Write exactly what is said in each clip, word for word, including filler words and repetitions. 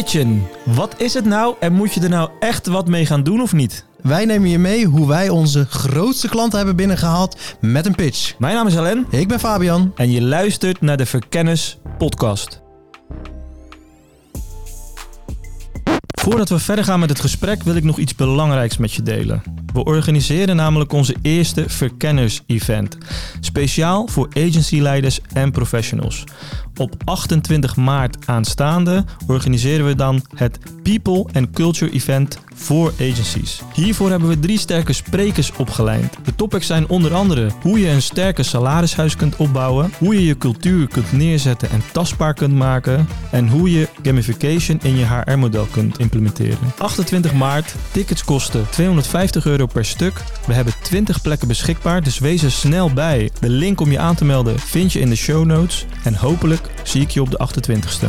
Pitchen. Wat is het nou en moet je er nou echt wat mee gaan doen of niet? Wij nemen je mee hoe wij onze grootste klanten hebben binnengehaald met een pitch. Mijn naam is Alain. Ik ben Fabian. En je luistert naar de Verkenners podcast. Voordat we verder gaan met het gesprek wil ik nog iets belangrijks met je delen. We organiseren namelijk onze eerste Verkenners-event. Speciaal voor agencyleiders en professionals. Op achtentwintig maart aanstaande organiseren we dan het People and Culture Event voor agencies. Hiervoor hebben we drie sterke sprekers opgeleid. De topics zijn onder andere hoe je een sterke salarishuis kunt opbouwen, hoe je je cultuur kunt neerzetten en tastbaar kunt maken en hoe je gamification in je H R-model kunt implementeren. achtentwintig maart, tickets kosten tweehonderdvijftig euro per stuk. We hebben twintig plekken beschikbaar, dus wees er snel bij. De link om je aan te melden vind je in de show notes en hopelijk zie ik je op de achtentwintigste.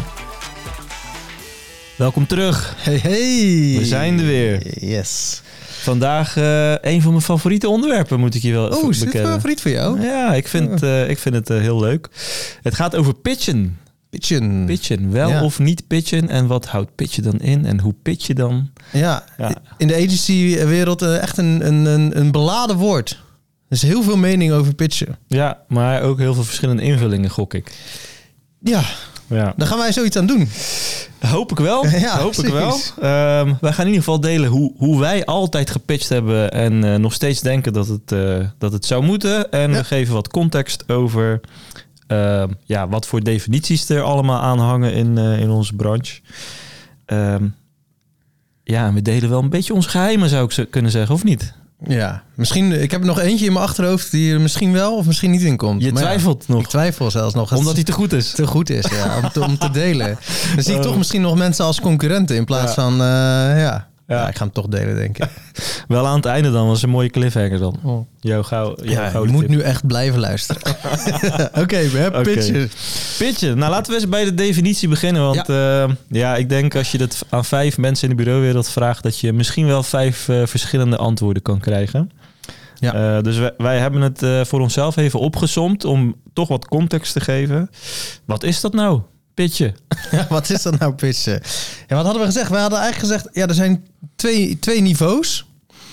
Welkom terug. Hey, hey. We zijn er weer. Yes. Vandaag uh, een van mijn favoriete onderwerpen, moet ik je wel oh, bekennen. Oh, is dit een favoriet voor jou? Ja, ik vind, uh, ik vind het uh, heel leuk. Het gaat over pitchen. Pitchen. Pitchen, wel ja. of niet pitchen. En wat houdt pitchen dan in? En hoe pitch je dan? Ja, ja. in de agency-wereld uh, echt een, een, een, een beladen woord. Er is heel veel mening over pitchen. Ja, maar ook heel veel verschillende invullingen, gok ik. Ja, ja. Daar gaan wij zoiets aan doen. Hoop ik wel. Ja, Hoop ik wel. Um, wij gaan in ieder geval delen hoe, hoe wij altijd gepitcht hebben en uh, nog steeds denken dat het, uh, dat het zou moeten. En ja. we geven wat context over uh, ja, wat voor definities er allemaal aan hangen in, uh, in onze branche. Um, ja, en we delen wel een beetje ons geheimen, zou ik kunnen zeggen, of niet? Ja, misschien. Ik heb er nog eentje in mijn achterhoofd die er misschien wel of misschien niet in komt. Je maar twijfelt ja, nog. Ik twijfel zelfs nog. Omdat hij te goed is. Te goed is, ja. Om te, om te delen. Dan zie ik toch misschien nog mensen als concurrenten in plaats ja. van... Uh, ja. Ja. ja, ik ga hem toch delen, denk ik. Wel aan het einde dan, was een mooie cliffhanger dan. Oh. Jouw gauw, jouw ja, je moet nu echt blijven luisteren. Oké, okay, we hebben okay. pitchen. Pitchen. Nou, laten we eens bij de definitie beginnen. Want ja. Uh, ja, ik denk als je dat aan vijf mensen in de bureauwereld vraagt... dat je misschien wel vijf uh, verschillende antwoorden kan krijgen. Ja. Uh, dus wij, wij hebben het uh, voor onszelf even opgesomd om toch wat context te geven. Wat is dat nou? Pitchen. Ja, wat is dat nou, pitchen? Ja, wat hadden we gezegd? We hadden eigenlijk gezegd, ja, er zijn twee, twee niveaus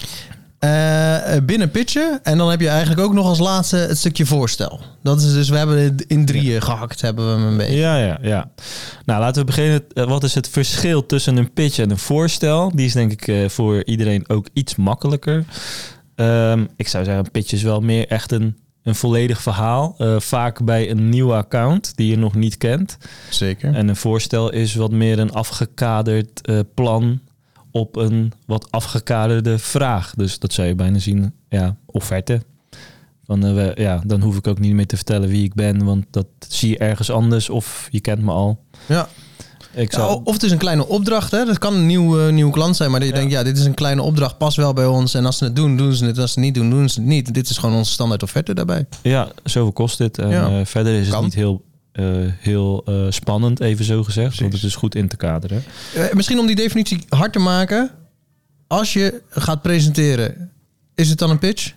uh, binnen pitchen. En dan heb je eigenlijk ook nog als laatste het stukje voorstel. Dat is dus, we hebben het in drieën ja. gehakt, hebben we hem een beetje. Ja, ja, ja. Nou, laten we beginnen. Wat is het verschil tussen een pitch en een voorstel? Die is denk ik uh, voor iedereen ook iets makkelijker. Um, ik zou zeggen, een pitch is wel meer echt een Een volledig verhaal. Uh, vaak bij een nieuwe account die je nog niet kent. Zeker. En een voorstel is wat meer een afgekaderd uh, plan op een wat afgekaderde vraag. Dus dat zou je bijna zien, ja, offerte. Van, uh, we, ja, dan hoef ik ook niet meer te vertellen wie ik ben, want dat zie je ergens anders of je kent me al. Ja. Ik zou... ja, of het is een kleine opdracht. Hè? Dat kan een nieuw, uh, nieuwe klant zijn. Maar dat je ja. denkt, ja, dit is een kleine opdracht. Past wel bij ons. En als ze het doen, doen ze het. Als ze het niet doen, doen ze het niet. Dit is gewoon onze standaard offerte daarbij. Ja, zoveel kost dit. En ja. uh, verder is kan. het niet heel, uh, heel uh, spannend, even zo gezegd. Precies. Want het is goed in te kaderen. Uh, misschien om die definitie hard te maken. Als je gaat presenteren, is het dan een pitch?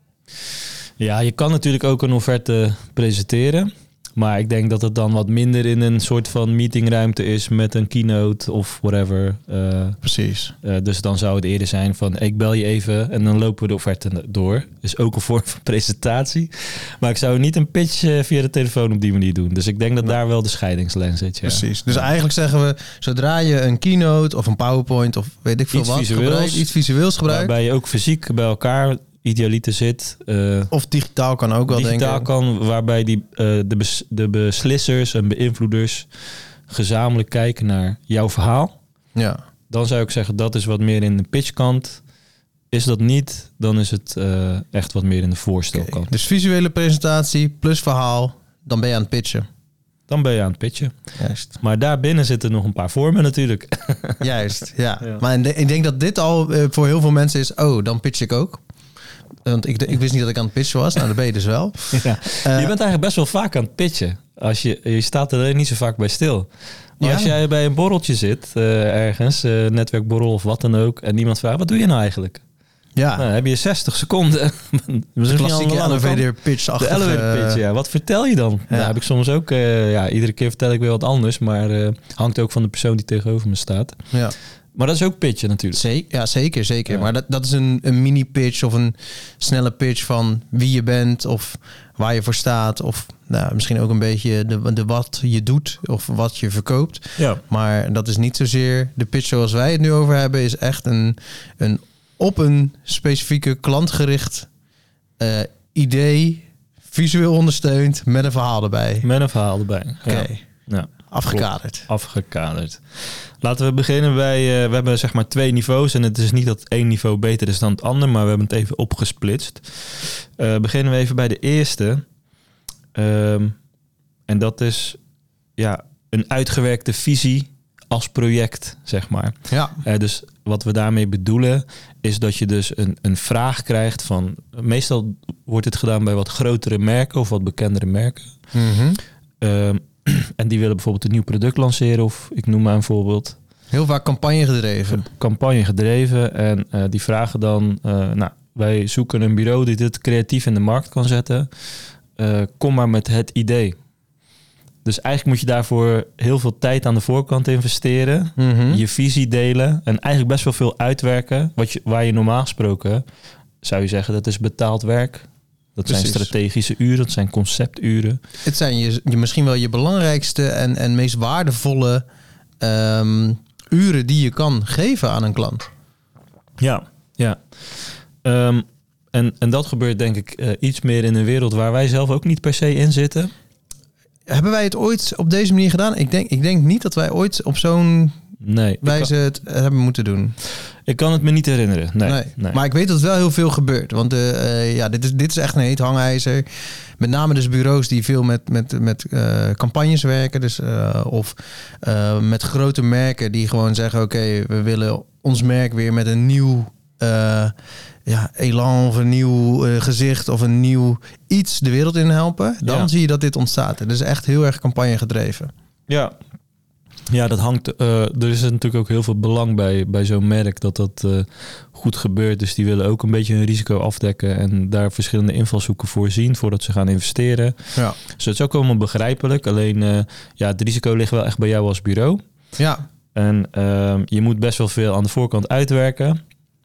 Ja, je kan natuurlijk ook een offerte presenteren. Maar ik denk dat het dan wat minder in een soort van meetingruimte is met een keynote of whatever. Uh, Precies. Uh, dus dan zou het eerder zijn van ik bel je even en dan lopen we de offerte door. Is ook een vorm van presentatie. Maar ik zou niet een pitch uh, via de telefoon op die manier doen. Dus ik denk dat daar wel de scheidingslijn zit. Ja. Precies. Dus ja. eigenlijk zeggen we, zodra je een keynote of een PowerPoint of weet ik veel iets wat visueels, gebruikt, iets visueels gebruikt. Waarbij je ook fysiek bij elkaar idealiter zit. Uh, of digitaal kan ook wel, digitaal denk ik. Digitaal kan, waarbij die, uh, de, bes, de beslissers en beïnvloeders gezamenlijk kijken naar jouw verhaal. Ja. Dan zou ik zeggen, dat is wat meer in de pitchkant. Is dat niet, dan is het uh, echt wat meer in de voorstelkant. Okay. Dus visuele presentatie plus verhaal, dan ben je aan het pitchen. Dan ben je aan het pitchen. Juist. Maar daarbinnen zitten nog een paar vormen natuurlijk. Juist, ja. ja. Maar ik denk dat dit al uh, voor heel veel mensen is, oh, dan pitch ik ook. Want ik, ik wist niet dat ik aan het pitchen was. Nou, dat ben je dus wel. Ja. Uh, je bent eigenlijk best wel vaak aan het pitchen. Als je, je staat er niet zo vaak bij stil. Maar ja. als jij bij een borreltje zit, uh, ergens, uh, netwerkborrel of wat dan ook, en niemand vraagt, wat doe je nou eigenlijk? Ja. Nou, dan heb je zestig seconden. De klassieke elevator pitch-achtige... De elevator pitch, ja. Wat vertel je dan? Ja. Nou, heb ik soms ook... Uh, ja, iedere keer vertel ik weer wat anders. Maar uh, hangt ook van de persoon die tegenover me staat. Ja. Maar dat is ook pitchen natuurlijk. Zeker, ja, zeker, zeker. Ja. Maar dat, dat is een, een mini-pitch of een snelle pitch van wie je bent of waar je voor staat. Of nou, misschien ook een beetje de, de wat je doet of wat je verkoopt. Ja. Maar dat is niet zozeer de pitch zoals wij het nu over hebben. Is echt een, een op een specifieke klantgericht uh, idee, visueel ondersteund met een verhaal erbij. Met een verhaal erbij. Oké. Okay. Ja. Ja. Afgekaderd. Klopt. Afgekaderd. Laten we beginnen bij... Uh, we hebben zeg maar twee niveaus. En het is niet dat één niveau beter is dan het ander. Maar we hebben het even opgesplitst. Uh, beginnen we even bij de eerste. Um, en dat is ja, een uitgewerkte visie als project, zeg maar. Ja. Uh, dus wat we daarmee bedoelen is dat je dus een, een vraag krijgt van... Meestal wordt dit gedaan bij wat grotere merken of wat bekendere merken. Mm-hmm. Um, En die willen bijvoorbeeld een nieuw product lanceren of ik noem maar een voorbeeld. Heel vaak campagne gedreven. Campagne gedreven en uh, die vragen dan... Uh, nou, wij zoeken een bureau die dit creatief in de markt kan zetten. Uh, kom maar met het idee. Dus eigenlijk moet je daarvoor heel veel tijd aan de voorkant investeren. Mm-hmm. Je visie delen en eigenlijk best wel veel uitwerken. Wat je, waar je normaal gesproken zou je zeggen dat is betaald werk... Dat Precies. zijn strategische uren, dat zijn concepturen. Het zijn je, je misschien wel je belangrijkste en, en meest waardevolle um, uren die je kan geven aan een klant. Ja, ja. Um, en, en dat gebeurt denk ik uh, iets meer in een wereld waar wij zelf ook niet per se in zitten. Hebben wij het ooit op deze manier gedaan? Ik denk, ik denk niet dat wij ooit op zo'n nee, wijze kan, het hebben moeten doen. Ik kan het me niet herinneren. Nee, nee. nee. Maar ik weet dat het wel heel veel gebeurt. Want uh, uh, ja, dit, is, dit is echt een heet hangijzer. Met name dus bureaus die veel met, met, met uh, campagnes werken. Dus, uh, of uh, met grote merken die gewoon zeggen... oké, okay, we willen ons merk weer met een nieuw... Uh, ja, elan of een nieuw uh, gezicht of een nieuw iets de wereld in helpen. Dan ja. zie je dat dit ontstaat. Het is echt heel erg campagne gedreven. Ja, ja, dat hangt. Uh, er is natuurlijk ook heel veel belang bij, bij zo'n merk dat dat uh, goed gebeurt. Dus die willen ook een beetje hun risico afdekken en daar verschillende invalshoeken voor zien voordat ze gaan investeren. Ja. Dus het is ook allemaal begrijpelijk. Alleen uh, ja, het risico ligt wel echt bij jou als bureau. Ja. En uh, je moet best wel veel aan de voorkant uitwerken.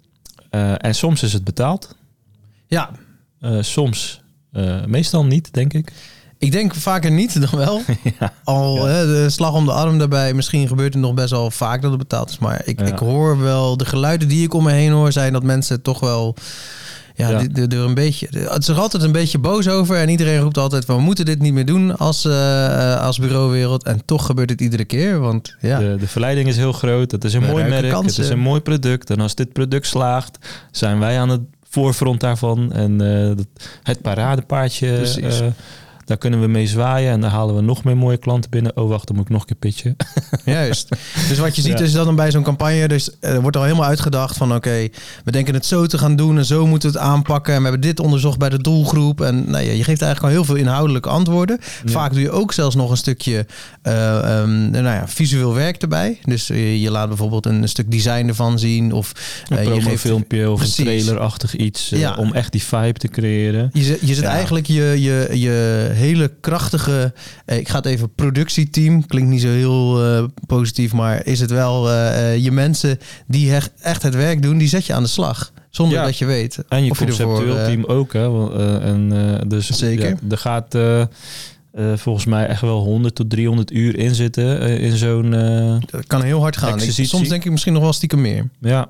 Uh, en soms is het betaald. Ja. Uh, soms, uh, meestal niet, denk ik. Ik denk vaker niet dan wel. ja, Al ja. Hè, de slag om de arm daarbij. Misschien gebeurt het nog best wel vaak dat het betaald is. Maar ik, ja. ik hoor wel... De geluiden die ik om me heen hoor... zijn dat mensen toch wel... Ja, ja. De, de, de een beetje, het is er altijd een beetje boos over. En iedereen roept altijd van... we moeten dit niet meer doen als, uh, als bureauwereld. En toch gebeurt het iedere keer. Want ja... De, de verleiding is heel groot. Het is een we mooi merk. Kansen. Het is een mooi product. En als dit product slaagt... zijn wij aan het voorfront daarvan. En uh, het paradepaardje... Uh, daar kunnen we mee zwaaien en dan halen we nog meer mooie klanten binnen. Oh, wacht, dan moet ik nog een keer pitchen. Juist. Dus wat je ziet ja. is dat dan bij zo'n campagne... dus er wordt al helemaal uitgedacht van... oké, okay, we denken het zo te gaan doen en zo moeten we het aanpakken. En we hebben dit onderzocht bij de doelgroep. En nou ja, je geeft eigenlijk al heel veel inhoudelijke antwoorden. Ja. Vaak doe je ook zelfs nog een stukje uh, um, nou ja, visueel werk erbij. Dus uh, je laat bijvoorbeeld een stuk design ervan zien. Of uh, een je geeft filmpje of precies. een trailerachtig iets. Uh, ja. Om echt die vibe te creëren. Je zet, je zet ja. eigenlijk je... je, je hele krachtige, eh, ik ga het even productieteam, klinkt niet zo heel uh, positief, maar is het wel uh, je mensen die echt, echt het werk doen, die zet je aan de slag. Zonder ja. dat je weet. En je conceptueel uh, team ook. Hè? Uh, en, uh, dus, Zeker. Ja, er gaat uh, uh, volgens mij echt wel honderd tot driehonderd uur in zitten uh, in zo'n uh, dat kan heel hard gaan. Ik, soms denk ik misschien nog wel stiekem meer. Ja.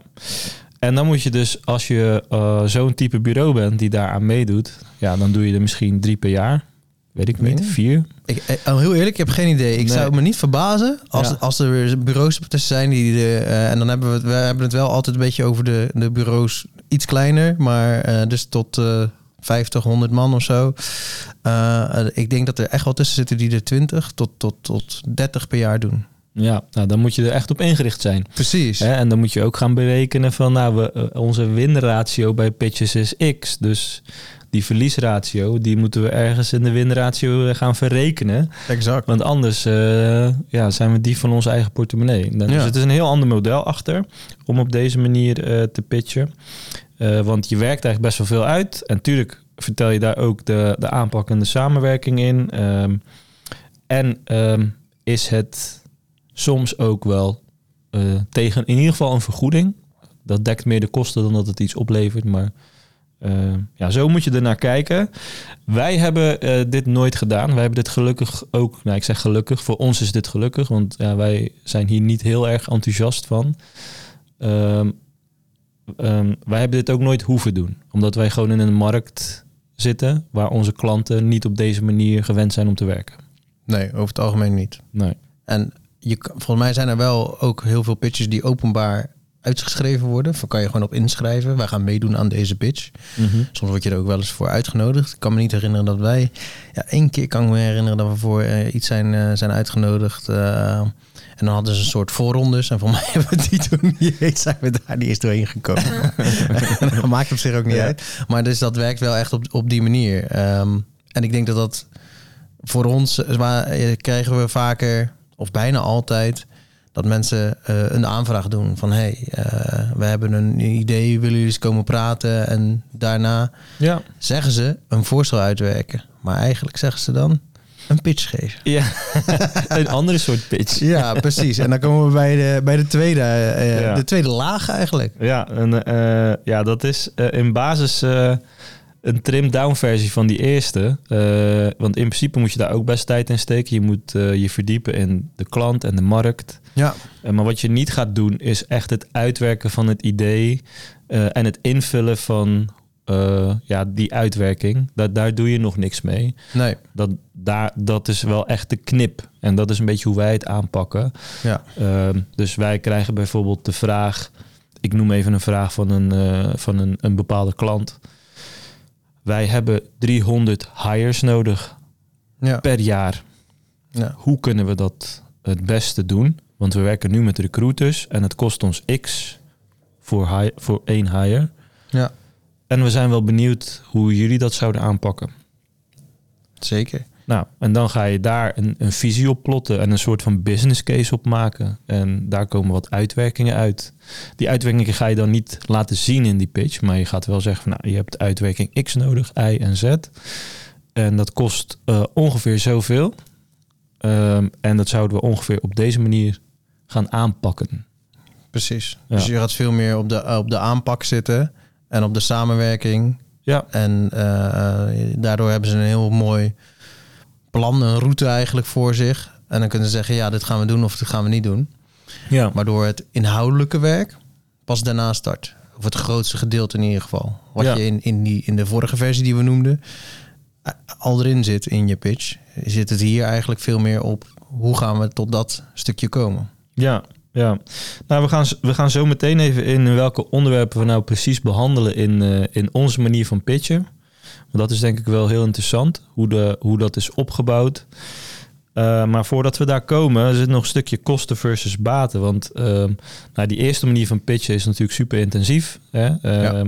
En dan moet je dus, als je uh, zo'n type bureau bent die daaraan meedoet, ja, dan doe je er misschien drie per jaar. Weet ik niet, vier? Ik, heel eerlijk, ik heb geen idee. Ik nee. zou me niet verbazen als, ja. als er bureaus tussen zijn die de, uh, en dan hebben we het, we hebben het wel altijd een beetje over de, de bureaus iets kleiner, maar uh, dus tot uh, vijftig, honderd man of zo. Uh, ik denk dat er echt wel tussen zitten die er twintig tot, tot, tot dertig per jaar doen. Ja, nou, dan moet je er echt op ingericht zijn. Precies. Hè? En dan moet je ook gaan berekenen van, nou, we, onze winratio bij pitches is X, dus die verliesratio, die moeten we ergens in de winratio gaan verrekenen. Exact. Want anders uh, ja, zijn we die van onze eigen portemonnee. Dus ja. het is een heel ander model achter om op deze manier uh, te pitchen. Uh, want je werkt eigenlijk best wel veel uit. En natuurlijk vertel je daar ook de, de aanpak en de samenwerking in. Um, en um, is het soms ook wel uh, tegen in ieder geval een vergoeding. Dat dekt meer de kosten dan dat het iets oplevert. Maar uh, ja, zo moet je ernaar kijken. Wij hebben uh, dit nooit gedaan. Wij hebben dit gelukkig ook... Nou, ik zeg gelukkig. Voor ons is dit gelukkig. Want ja, wij zijn hier niet heel erg enthousiast van. Um, um, wij hebben dit ook nooit hoeven doen. Omdat wij gewoon in een markt zitten... waar onze klanten niet op deze manier gewend zijn om te werken. Nee, over het algemeen niet. Nee. En je, volgens mij zijn er wel ook heel veel pitches die openbaar uitgeschreven worden. Daar kan je gewoon op inschrijven. Wij gaan meedoen aan deze pitch. Mm-hmm. Soms word je er ook wel eens voor uitgenodigd. Ik kan me niet herinneren dat wij... Ja, één keer kan ik me herinneren dat we voor uh, iets zijn, uh, zijn uitgenodigd. Uh, en dan hadden ze een soort voorrondes. En voor mij hebben we die toen niet eens, zijn we daar niet eens doorheen gekomen. Dat maakt op zich ook niet ja. uit. Maar dus dat werkt wel echt op, op die manier. Um, en ik denk dat dat voor ons... Maar, krijgen we vaker, of bijna altijd... dat mensen uh, een aanvraag doen van... hey, uh, we hebben een idee, willen jullie eens komen praten? En daarna ja. zeggen ze een voorstel uitwerken. Maar eigenlijk zeggen ze dan een pitch geven. Ja, een andere soort pitch. Ja, precies. En dan komen we bij de, bij de, tweede, uh, ja. de tweede laag eigenlijk. Ja, en, uh, ja dat is uh, in basis... Uh, een trimmed-down versie van die eerste. Uh, want in principe moet je daar ook best tijd in steken. Je moet uh, je verdiepen in de klant en de markt. Ja. Uh, maar wat je niet gaat doen is echt het uitwerken van het idee... Uh, en het invullen van uh, ja, die uitwerking. Dat, daar doe je nog niks mee. Nee. Dat, daar, dat is wel echt de knip. En dat is een beetje hoe wij het aanpakken. Ja. Uh, dus wij krijgen bijvoorbeeld de vraag... Ik noem even een vraag van een, uh, van een, een bepaalde klant... Wij hebben driehonderd hires nodig ja. per jaar. Ja. Hoe kunnen we dat het beste doen? Want we werken nu met recruiters en het kost ons X voor, hire, voor één hire. Ja. En we zijn wel benieuwd hoe jullie dat zouden aanpakken. Zeker. Nou, en dan ga je daar een, een visie op plotten en een soort van business case op maken. En daar komen wat uitwerkingen uit. Die uitwerkingen ga je dan niet laten zien in die pitch, maar je gaat wel zeggen van, nou, je hebt uitwerking X nodig, Y en Z. En dat kost uh, ongeveer zoveel. Um, en dat zouden we ongeveer op deze manier gaan aanpakken. Precies. Ja. Dus je gaat veel meer op de, op de aanpak zitten en op de samenwerking. Ja. En uh, daardoor hebben ze een heel mooi plan, een route eigenlijk voor zich. En dan kunnen ze zeggen, ja, dit gaan we doen of dit gaan we niet doen. Ja. Waardoor het inhoudelijke werk pas daarna start. Of het grootste gedeelte in ieder geval. Wat ja. je in, in, die, in de vorige versie die we noemden al erin zit in je pitch. Zit het hier eigenlijk veel meer op hoe gaan we tot dat stukje komen. Ja, ja. Nou, we gaan, we gaan zo meteen even in welke onderwerpen we nou precies behandelen in, uh, in onze manier van pitchen. Want dat is denk ik wel heel interessant, hoe, de, hoe dat is opgebouwd. Uh, maar voordat we daar komen, zit nog een stukje kosten versus baten. Want uh, nou, die eerste manier van pitchen is natuurlijk super intensief. Hè? Uh, ja.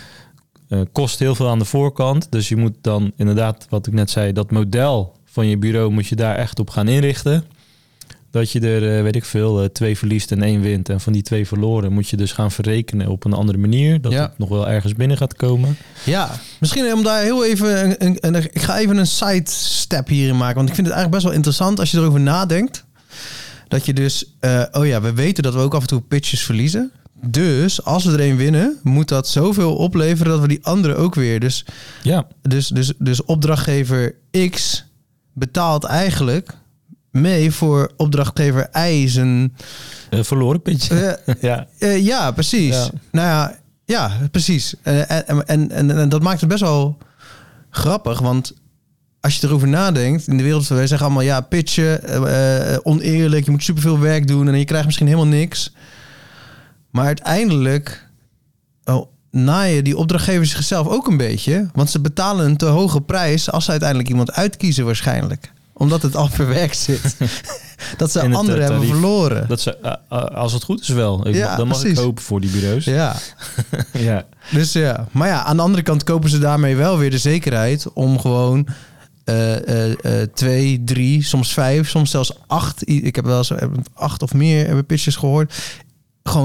uh, kost heel veel aan de voorkant. Dus je moet dan inderdaad, wat ik net zei, dat model van je bureau moet je daar echt op gaan inrichten. Dat je er, uh, weet ik veel, uh, twee verliest en één wint. En van die twee verloren moet je dus gaan verrekenen op een andere manier. Dat ja. het nog wel ergens binnen gaat komen. Ja, misschien om daar heel even... Een, een, een, ik ga even een sidestep hierin maken. Want ik vind het eigenlijk best wel interessant als je erover nadenkt. Dat je dus... Uh, oh ja, we weten dat we ook af en toe pitches verliezen. Dus als we er een winnen, moet dat zoveel opleveren dat we die andere ook weer... Dus, ja. dus, dus, dus opdrachtgever X betaalt eigenlijk... mee voor opdrachtgever Y zijn... Uh, verloren pitch. Uh, ja. Uh, ja, precies. Ja. Nou ja, ja, precies. Uh, en, en, en, en dat maakt het best wel grappig, want als je erover nadenkt, in de wereld, wij zeggen allemaal, ja, pitchen, uh, oneerlijk, je moet superveel werk doen en je krijgt misschien helemaal niks. Maar uiteindelijk oh, naaien die opdrachtgevers zichzelf ook een beetje, want ze betalen een te hoge prijs als ze uiteindelijk iemand uitkiezen waarschijnlijk. Omdat het al verwerkt zit. Dat ze anderen hebben verloren. Dat ze, uh, uh, als het goed is wel. Ik, ja, dan mag precies. ik hopen voor die bureaus. Ja. ja. Dus ja. Maar ja, aan de andere kant kopen ze daarmee wel weer de zekerheid... om gewoon uh, uh, uh, twee, drie, soms vijf, soms zelfs acht... Ik heb wel eens acht of meer hebben pitches gehoord. Gewoon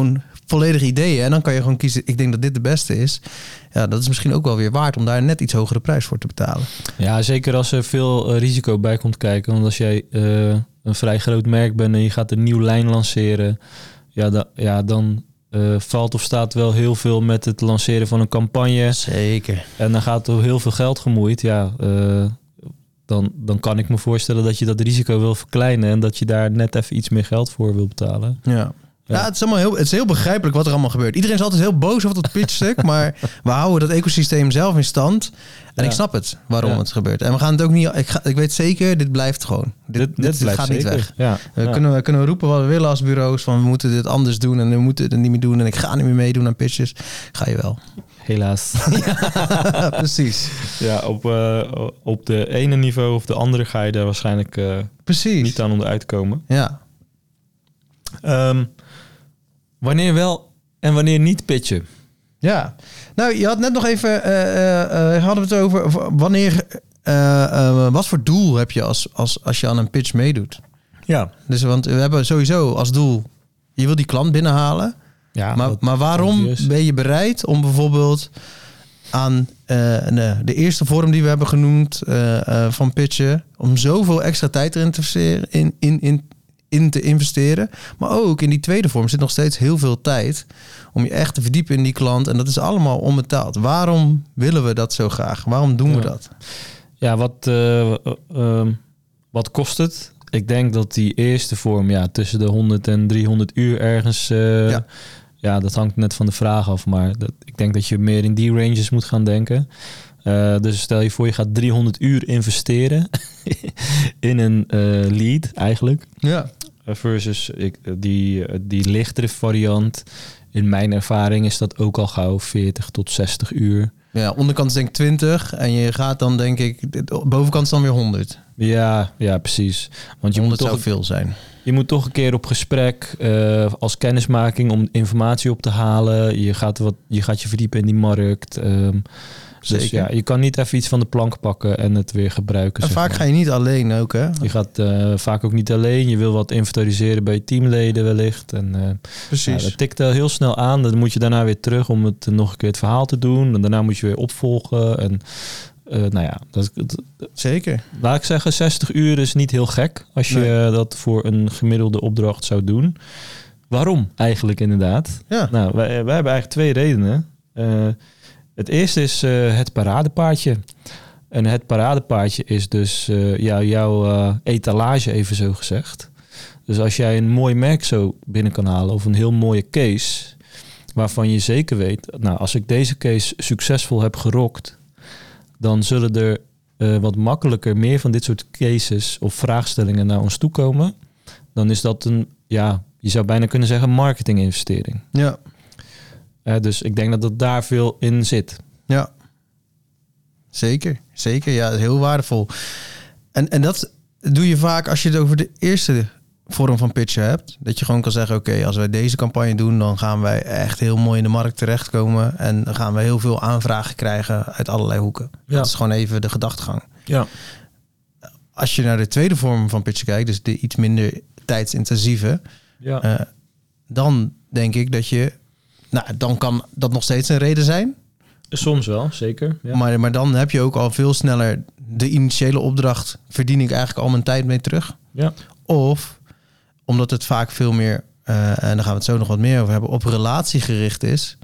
volledige ideeën. En dan kan je gewoon kiezen, ik denk dat dit de beste is. Ja, dat is misschien ook wel weer waard om daar net iets hogere prijs voor te betalen. Ja, zeker als er veel uh, risico bij komt kijken. Want als jij uh, een vrij groot merk bent en je gaat een nieuwe lijn lanceren. Ja, da- ja dan uh, valt of staat wel heel veel met het lanceren van een campagne. Zeker. En dan gaat er heel veel geld gemoeid. Ja, uh, dan, dan kan ik me voorstellen dat je dat risico wil verkleinen. En dat je daar net even iets meer geld voor wil betalen. Ja. Ja, het is allemaal heel, het is heel begrijpelijk wat er allemaal gebeurt. Iedereen is altijd heel boos over dat pitchstuk, maar we houden dat ecosysteem zelf in stand. En ja. ik snap het, waarom ja. het gebeurt. En we gaan het ook niet... Ik, ga, ik weet zeker, dit blijft gewoon. Dit, dit, dit, dit blijft gaat zeker. niet weg. Ja. We ja. kunnen, we kunnen roepen wat we willen als bureaus, van we moeten dit anders doen en we moeten het niet meer doen en ik ga niet meer meedoen aan pitches. Ga je wel. Helaas. Ja, precies. Ja, op, uh, op de ene niveau of de andere ga je daar waarschijnlijk uh, precies. niet aan onderuit komen. Ja. Um, wanneer wel en wanneer niet pitchen? Ja, nou je had net nog even, uh, uh, hadden we het over wanneer, uh, uh, wat voor doel heb je als, als, als je aan een pitch meedoet? Ja. Dus want we hebben sowieso als doel, je wil die klant binnenhalen. Ja. Maar, maar waarom obvious. ben je bereid om bijvoorbeeld aan uh, de, de eerste vorm die we hebben genoemd uh, uh, van pitchen, om zoveel extra tijd erin te investeren, in, in, in in te investeren. Maar ook in die tweede vorm zit nog steeds heel veel tijd om je echt te verdiepen in die klant. En dat is allemaal onbetaald. Waarom willen we dat zo graag? Waarom doen ja. we dat? Ja, wat, uh, uh, wat kost het? Ik denk dat die eerste vorm ja, tussen de honderd en driehonderd uur ergens... Uh, ja. ja, dat hangt net van de vraag af. Maar dat, ik denk dat je meer in die ranges moet gaan denken. Uh, dus stel je voor, je gaat driehonderd uur investeren in een uh, lead eigenlijk. Ja. Versus ik, die, die lichtere variant. In mijn ervaring is dat ook al gauw veertig tot zestig uur. Ja, onderkant is denk ik twintig en je gaat dan denk ik, de bovenkant is dan weer honderd. Ja, ja precies. Want je honderd moet toch, zou veel zijn. Je moet toch een keer op gesprek uh, als kennismaking om informatie op te halen. Je gaat, wat, je, gaat je verdiepen in die markt. Um, Dus Zeker. ja, je kan niet even iets van de plank pakken en het weer gebruiken. En vaak maar. ga je niet alleen ook, hè? Je gaat uh, vaak ook niet alleen. Je wil wat inventariseren bij je teamleden wellicht. En, uh, Precies. Ja, dat tikt heel snel aan. Dan moet je daarna weer terug om het nog een keer het verhaal te doen. En daarna moet je weer opvolgen. En uh, nou ja, dat, dat, Zeker. Laat ik zeggen, zestig uur is niet heel gek als je nee. dat voor een gemiddelde opdracht zou doen. Waarom eigenlijk inderdaad? Ja. Nou, wij, wij hebben eigenlijk twee redenen. Uh, Het eerste is uh, het paradepaardje. En het paradepaardje is dus uh, ja, jouw uh, etalage, even zo gezegd. Dus als jij een mooi merk zo binnen kan halen of een heel mooie case, waarvan je zeker weet, nou, als ik deze case succesvol heb gerokt, dan zullen er uh, wat makkelijker meer van dit soort cases of vraagstellingen naar ons toe komen. Dan is dat een, ja, je zou bijna kunnen zeggen, marketinginvestering. Ja. Uh, dus ik denk dat dat daar veel in zit. Ja, zeker. Zeker, ja, dat is heel waardevol. En, en dat doe je vaak als je het over de eerste vorm van pitchen hebt. Dat je gewoon kan zeggen, oké, okay, als wij deze campagne doen, dan gaan wij echt heel mooi in de markt terechtkomen. En dan gaan we heel veel aanvragen krijgen uit allerlei hoeken. Ja. Dat is gewoon even de gedachtegang. Ja. Als je naar de tweede vorm van pitchen kijkt, dus de iets minder tijdsintensieve, ja. uh, dan denk ik dat je... Nou, dan kan dat nog steeds een reden zijn. Soms wel, zeker. Ja. Maar, maar dan heb je ook al veel sneller de initiële opdracht. Verdien ik eigenlijk al mijn tijd mee terug? Ja. Of omdat het vaak veel meer, uh, en daar gaan we het zo nog wat meer over hebben, op relatiegericht is,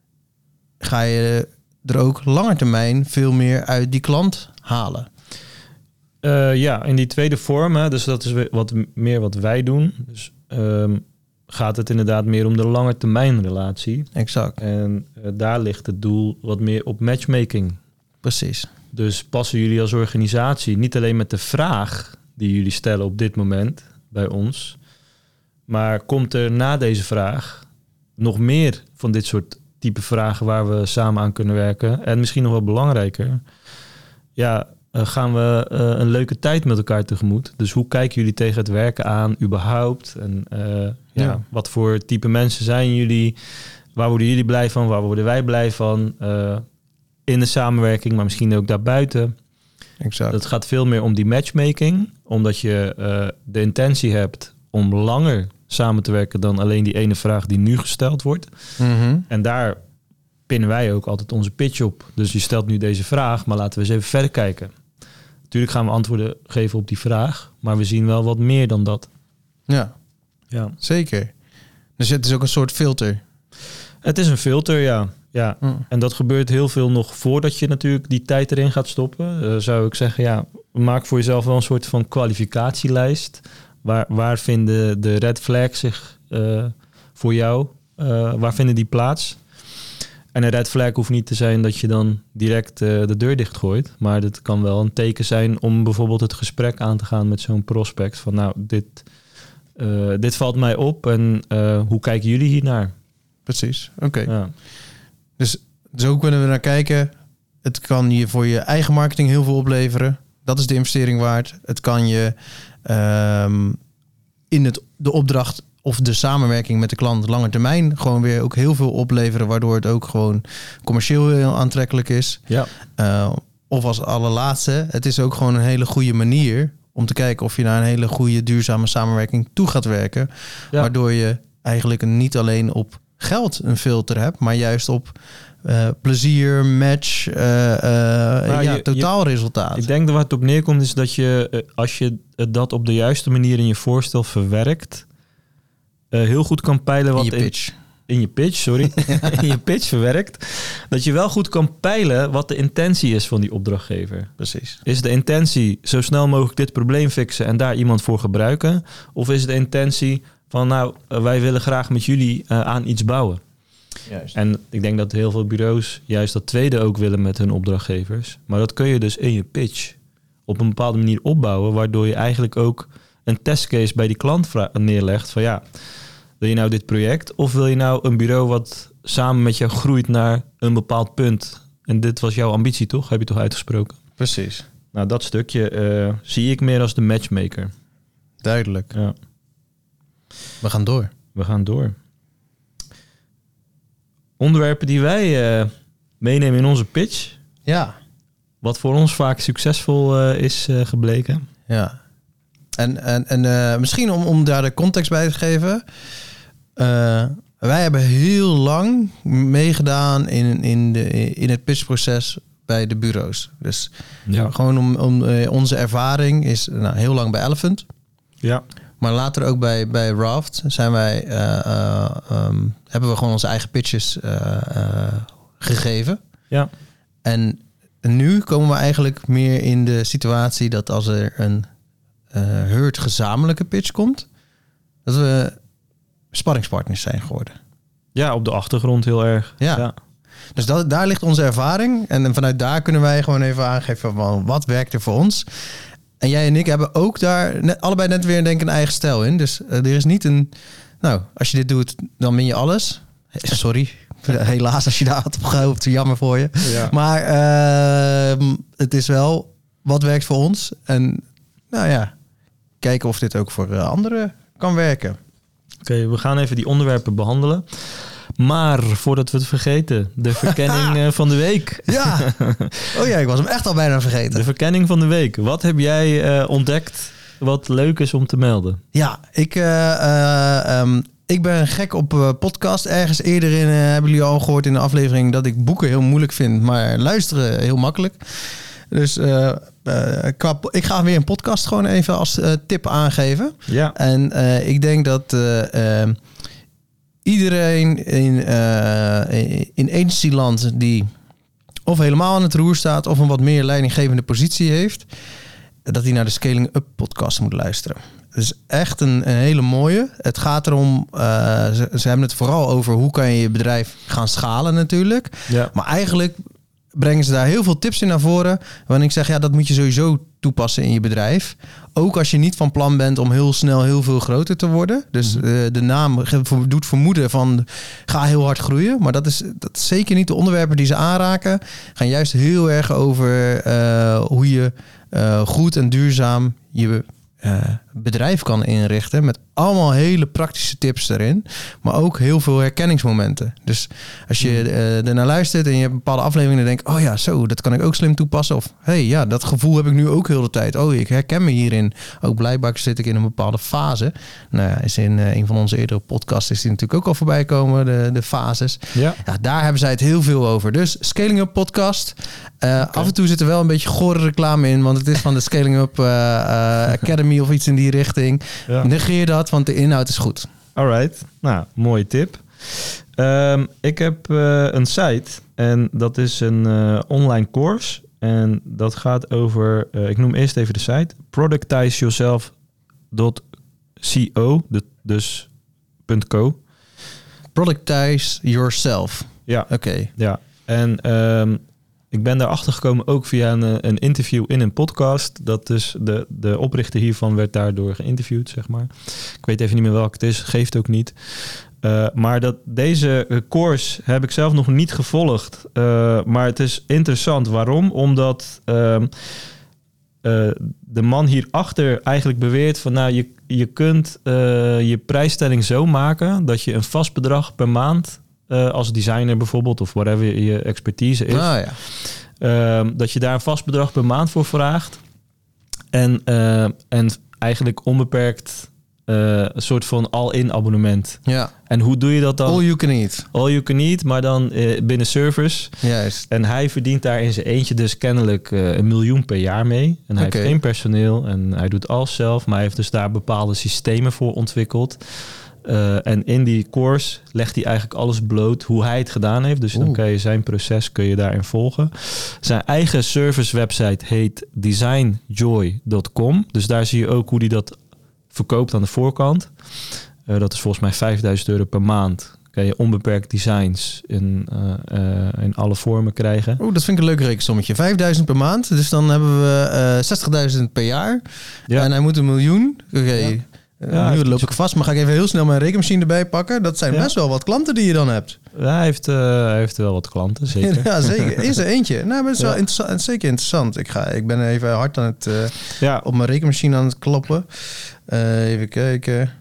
ga je er ook langer termijn veel meer uit die klant halen. Uh, ja, in die tweede vorm, hè, dus dat is wat meer wat wij doen. Dus um, gaat het inderdaad meer om de lange termijn relatie. Exact. En uh, daar ligt het doel wat meer op matchmaking. Precies. Dus passen jullie als organisatie niet alleen met de vraag die jullie stellen op dit moment bij ons, maar komt er na deze vraag nog meer van dit soort type vragen waar we samen aan kunnen werken? En misschien nog wel belangrijker, ja, uh, gaan we uh, een leuke tijd met elkaar tegemoet. Dus hoe kijken jullie tegen het werken aan überhaupt? En uh, ja, ja. wat voor type mensen zijn jullie? Waar worden jullie blij van? Waar worden wij blij van? Uh, in de samenwerking, maar misschien ook daarbuiten. Exact. Het gaat veel meer om die matchmaking, omdat je uh, de intentie hebt om langer samen te werken dan alleen die ene vraag die nu gesteld wordt. Mm-hmm. En daar pinnen wij ook altijd onze pitch op. Dus je stelt nu deze vraag, maar laten we eens even verder kijken. Natuurlijk gaan we antwoorden geven op die vraag, maar we zien wel wat meer dan dat. Ja, ja. Zeker. Dus het is ook een soort filter. Het is een filter, ja. ja. Mm. En dat gebeurt heel veel nog voordat je natuurlijk die tijd erin gaat stoppen. Uh, zou ik zeggen, ja, maak voor jezelf wel een soort van kwalificatielijst. Waar, waar vinden de red flags zich uh, voor jou? Uh, waar vinden die plaats? En een red flag hoeft niet te zijn dat je dan direct uh, de deur dichtgooit. Maar dat kan wel een teken zijn om bijvoorbeeld het gesprek aan te gaan met zo'n prospect. Van nou, dit, uh, dit valt mij op en uh, hoe kijken jullie hiernaar? Precies, oké. Okay. Ja. Dus zo kunnen we naar kijken. Het kan je voor je eigen marketing heel veel opleveren. Dat is de investering waard. Het kan je um, in het, de opdracht of de samenwerking met de klant lange termijn gewoon weer ook heel veel opleveren, waardoor het ook gewoon commercieel heel aantrekkelijk is. Ja. Uh, of als allerlaatste, het is ook gewoon een hele goede manier om te kijken of je naar een hele goede duurzame samenwerking toe gaat werken. Ja. Waardoor je eigenlijk niet alleen op geld een filter hebt, maar juist op uh, plezier, match, uh, uh, nou, ja, je, totaalresultaat. Ik denk dat waar het op neerkomt is dat je, als je dat op de juiste manier in je voorstel verwerkt, uh, heel goed kan peilen wat in je pitch. In, in je pitch, sorry. in je pitch verwerkt. Dat je wel goed kan peilen wat de intentie is van die opdrachtgever. Precies. Is de intentie zo snel mogelijk dit probleem fixen en daar iemand voor gebruiken? Of is de intentie van nou, wij willen graag met jullie uh, aan iets bouwen. Juist. En ik denk dat heel veel bureaus juist dat tweede ook willen met hun opdrachtgevers. Maar dat kun je dus in je pitch op een bepaalde manier opbouwen, waardoor je eigenlijk ook een testcase bij die klant vra- neerlegt van ja, wil je nou dit project of wil je nou een bureau wat samen met jou groeit naar een bepaald punt? En dit was jouw ambitie toch? Heb je toch uitgesproken? Precies. Nou, dat stukje uh, zie ik meer als de matchmaker. Duidelijk. Ja. We gaan door. We gaan door. Onderwerpen die wij uh, meenemen in onze pitch. Ja. Wat voor ons vaak succesvol uh, is uh, gebleken. Ja. En, en, en uh, misschien om, om daar de context bij te geven. Uh, wij hebben heel lang meegedaan in, in, de, in het pitchproces bij de bureaus. Dus ja. gewoon om, om uh, onze ervaring is nou, heel lang bij Elephant. Ja. Maar later ook bij, bij Raft zijn wij, uh, uh, um, hebben we gewoon onze eigen pitches uh, uh, gegeven. Ja. En nu komen we eigenlijk meer in de situatie dat als er een uh, Hurt gezamenlijke pitch komt, dat we sparringspartners zijn geworden. Ja, op de achtergrond heel erg. Ja. ja. Dus dat, daar ligt onze ervaring. En vanuit daar kunnen wij gewoon even aangeven van wat werkt er voor ons. En jij en ik hebben ook daar net, allebei net weer denk ik een eigen stijl in. Dus uh, er is niet een... Nou, als je dit doet, dan win je alles. Sorry. Helaas als je daar had op gehoopt. Jammer voor je. Ja. Maar uh, het is wel wat werkt voor ons. En nou ja, kijken of dit ook voor uh, anderen kan werken. Oké, okay, we gaan even die onderwerpen behandelen. Maar voordat we het vergeten, de verkenning uh, van de week. Ja. Oh ja, ik was hem echt al bijna vergeten. De verkenning van de week. Wat heb jij uh, ontdekt wat leuk is om te melden? Ja, ik, uh, uh, um, ik ben gek op uh, podcast. Ergens eerder in, uh, hebben jullie al gehoord in de aflevering dat ik boeken heel moeilijk vind, maar luisteren heel makkelijk. Dus uh, uh, qua, ik ga weer een podcast gewoon even als uh, tip aangeven. Ja. En uh, ik denk dat uh, uh, iedereen in, uh, in agencyland die of helemaal aan het roer staat of een wat meer leidinggevende positie heeft, dat hij naar de Scaling Up podcast moet luisteren. Het is echt een, een hele mooie. Het gaat erom, uh, ze, ze hebben het vooral over hoe kan je je bedrijf gaan schalen natuurlijk. Ja. Maar eigenlijk brengen ze daar heel veel tips in naar voren. Waarin ik zeg, ja, dat moet je sowieso toepassen in je bedrijf. Ook als je niet van plan bent om heel snel heel veel groter te worden. Dus uh, de naam doet vermoeden van ga heel hard groeien. Maar dat is, dat is zeker niet de onderwerpen die ze aanraken. Gaan juist heel erg over uh, hoe je uh, goed en duurzaam je uh, bedrijf kan inrichten met allemaal hele praktische tips erin, maar ook heel veel herkenningsmomenten. Dus als je uh, ernaar luistert en je hebt bepaalde afleveringen en denkt, oh ja, zo, dat kan ik ook slim toepassen. Of hey, ja, dat gevoel heb ik nu ook heel de tijd. Oh, ik herken me hierin. Ook blijkbaar zit ik in een bepaalde fase. Nou ja, is in uh, een van onze eerdere podcasts is die natuurlijk ook al voorbij komen, de, de fases. Ja. Ja, daar hebben zij het heel veel over. Dus Scaling Up podcast. Uh, okay. Af en toe zit er wel een beetje gore reclame in, want het is van de Scaling Up uh, uh, Academy of iets in die richting. Ja. Negeer dat, want de inhoud is goed. Alright, nou, mooie tip. Um, ik heb uh, een site en dat is een uh, online course. En dat gaat over, uh, ik noem eerst even de site, productize yourself dot co, dus .co. Productize yourself. Ja. Oké. Okay. Ja, en um, ik ben daarachter gekomen ook via een, een interview in een podcast. Dat dus de, de oprichter hiervan werd daardoor geïnterviewd, zeg maar. Ik weet even niet meer welke het is, geeft ook niet. Uh, maar dat, deze course heb ik zelf nog niet gevolgd. Uh, maar het is interessant. Waarom? Omdat uh, uh, de man hierachter eigenlijk beweert van, nou, je, je kunt uh, je prijsstelling zo maken dat je een vast bedrag per maand, uh, als designer bijvoorbeeld, of whatever je expertise is, ah, ja. uh, dat je daar een vast bedrag per maand voor vraagt. En, uh, en eigenlijk onbeperkt Uh, een soort van all-in abonnement. Ja. En hoe doe je dat dan? All you can eat. All you can eat, maar dan uh, binnen servers. Juist. En hij verdient daar in zijn eentje dus kennelijk uh, een miljoen per jaar mee. En hij okay. heeft geen personeel en hij doet alles zelf. Maar hij heeft dus daar bepaalde systemen voor ontwikkeld. Uh, en in die course legt hij eigenlijk alles bloot hoe hij het gedaan heeft. Dus Oeh. dan kan je zijn proces kun je daarin volgen. Zijn eigen service website heet design joy dot com. Dus daar zie je ook hoe hij dat verkoopt aan de voorkant. Uh, dat is volgens mij vijfduizend euro per maand. Kan je onbeperkt designs in, uh, uh, in alle vormen krijgen. Oeh, dat vind ik een leuk rekensommetje. vijfduizend per maand. Dus dan hebben we uh, zestigduizend per jaar. Ja. En hij moet een miljoen. Oké, okay. ja. uh, ja, nu loop ik vast. Maar ga ik even heel snel mijn rekenmachine erbij pakken. Dat zijn ja. best wel wat klanten die je dan hebt. Ja, hij heeft, uh, hij heeft wel wat klanten, zeker. Ja, zeker. In zijn eentje. Nou, maar het is ja. wel interessant, zeker interessant. Ik, ga, ik ben even hard aan het, uh, ja. op mijn rekenmachine aan het kloppen. Uh, even kijken.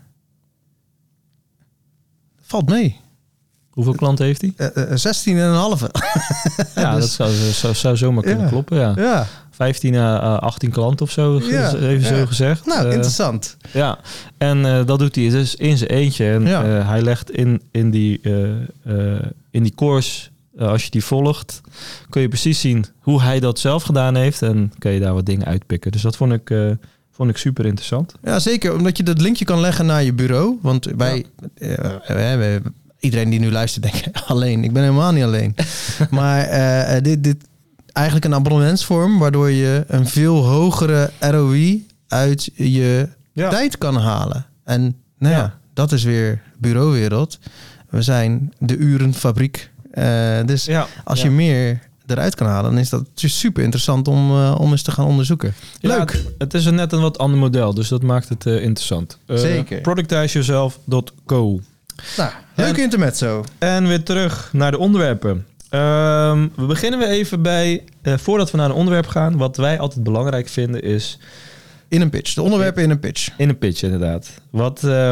Valt mee. Hoeveel klanten heeft hij? Uh, uh, zestien en een halve. Ja, dus, dat zou, zou, zou zomaar kunnen ja. kloppen, ja. ja. vijftien à achttien klanten of zo, ja. even ja. zo gezegd. Nou, uh, interessant. Ja, en uh, dat doet hij dus in zijn eentje. En ja. uh, hij legt in, in, die, uh, uh, in die course, uh, als je die volgt, kun je precies zien hoe hij dat zelf gedaan heeft. En kun je daar wat dingen uitpikken. Dus dat vond ik... Uh, Vond ik super interessant. Ja, zeker. Omdat je dat linkje kan leggen naar je bureau. Want wij, ja. uh, wij, wij, iedereen die nu luistert denkt alleen. Ik ben helemaal niet alleen. Maar uh, dit, dit eigenlijk een abonnementsvorm waardoor je een veel hogere R O I uit je ja. tijd kan halen. En nou ja, ja, dat is weer bureauwereld. We zijn de urenfabriek. Uh, dus ja. als je ja. meer eruit kan halen, dan is dat super interessant om, uh, om eens te gaan onderzoeken. Leuk. Ja, het, het is een net een wat ander model, dus dat maakt het uh, interessant. Uh, Zeker. productize yourself dot co. Nou, leuke intermezzo. En weer terug naar de onderwerpen. Um, we beginnen weer even bij, uh, voordat we naar een onderwerp gaan, wat wij altijd belangrijk vinden is... In een pitch. De onderwerpen in een pitch. In een pitch, inderdaad. Wat... Uh,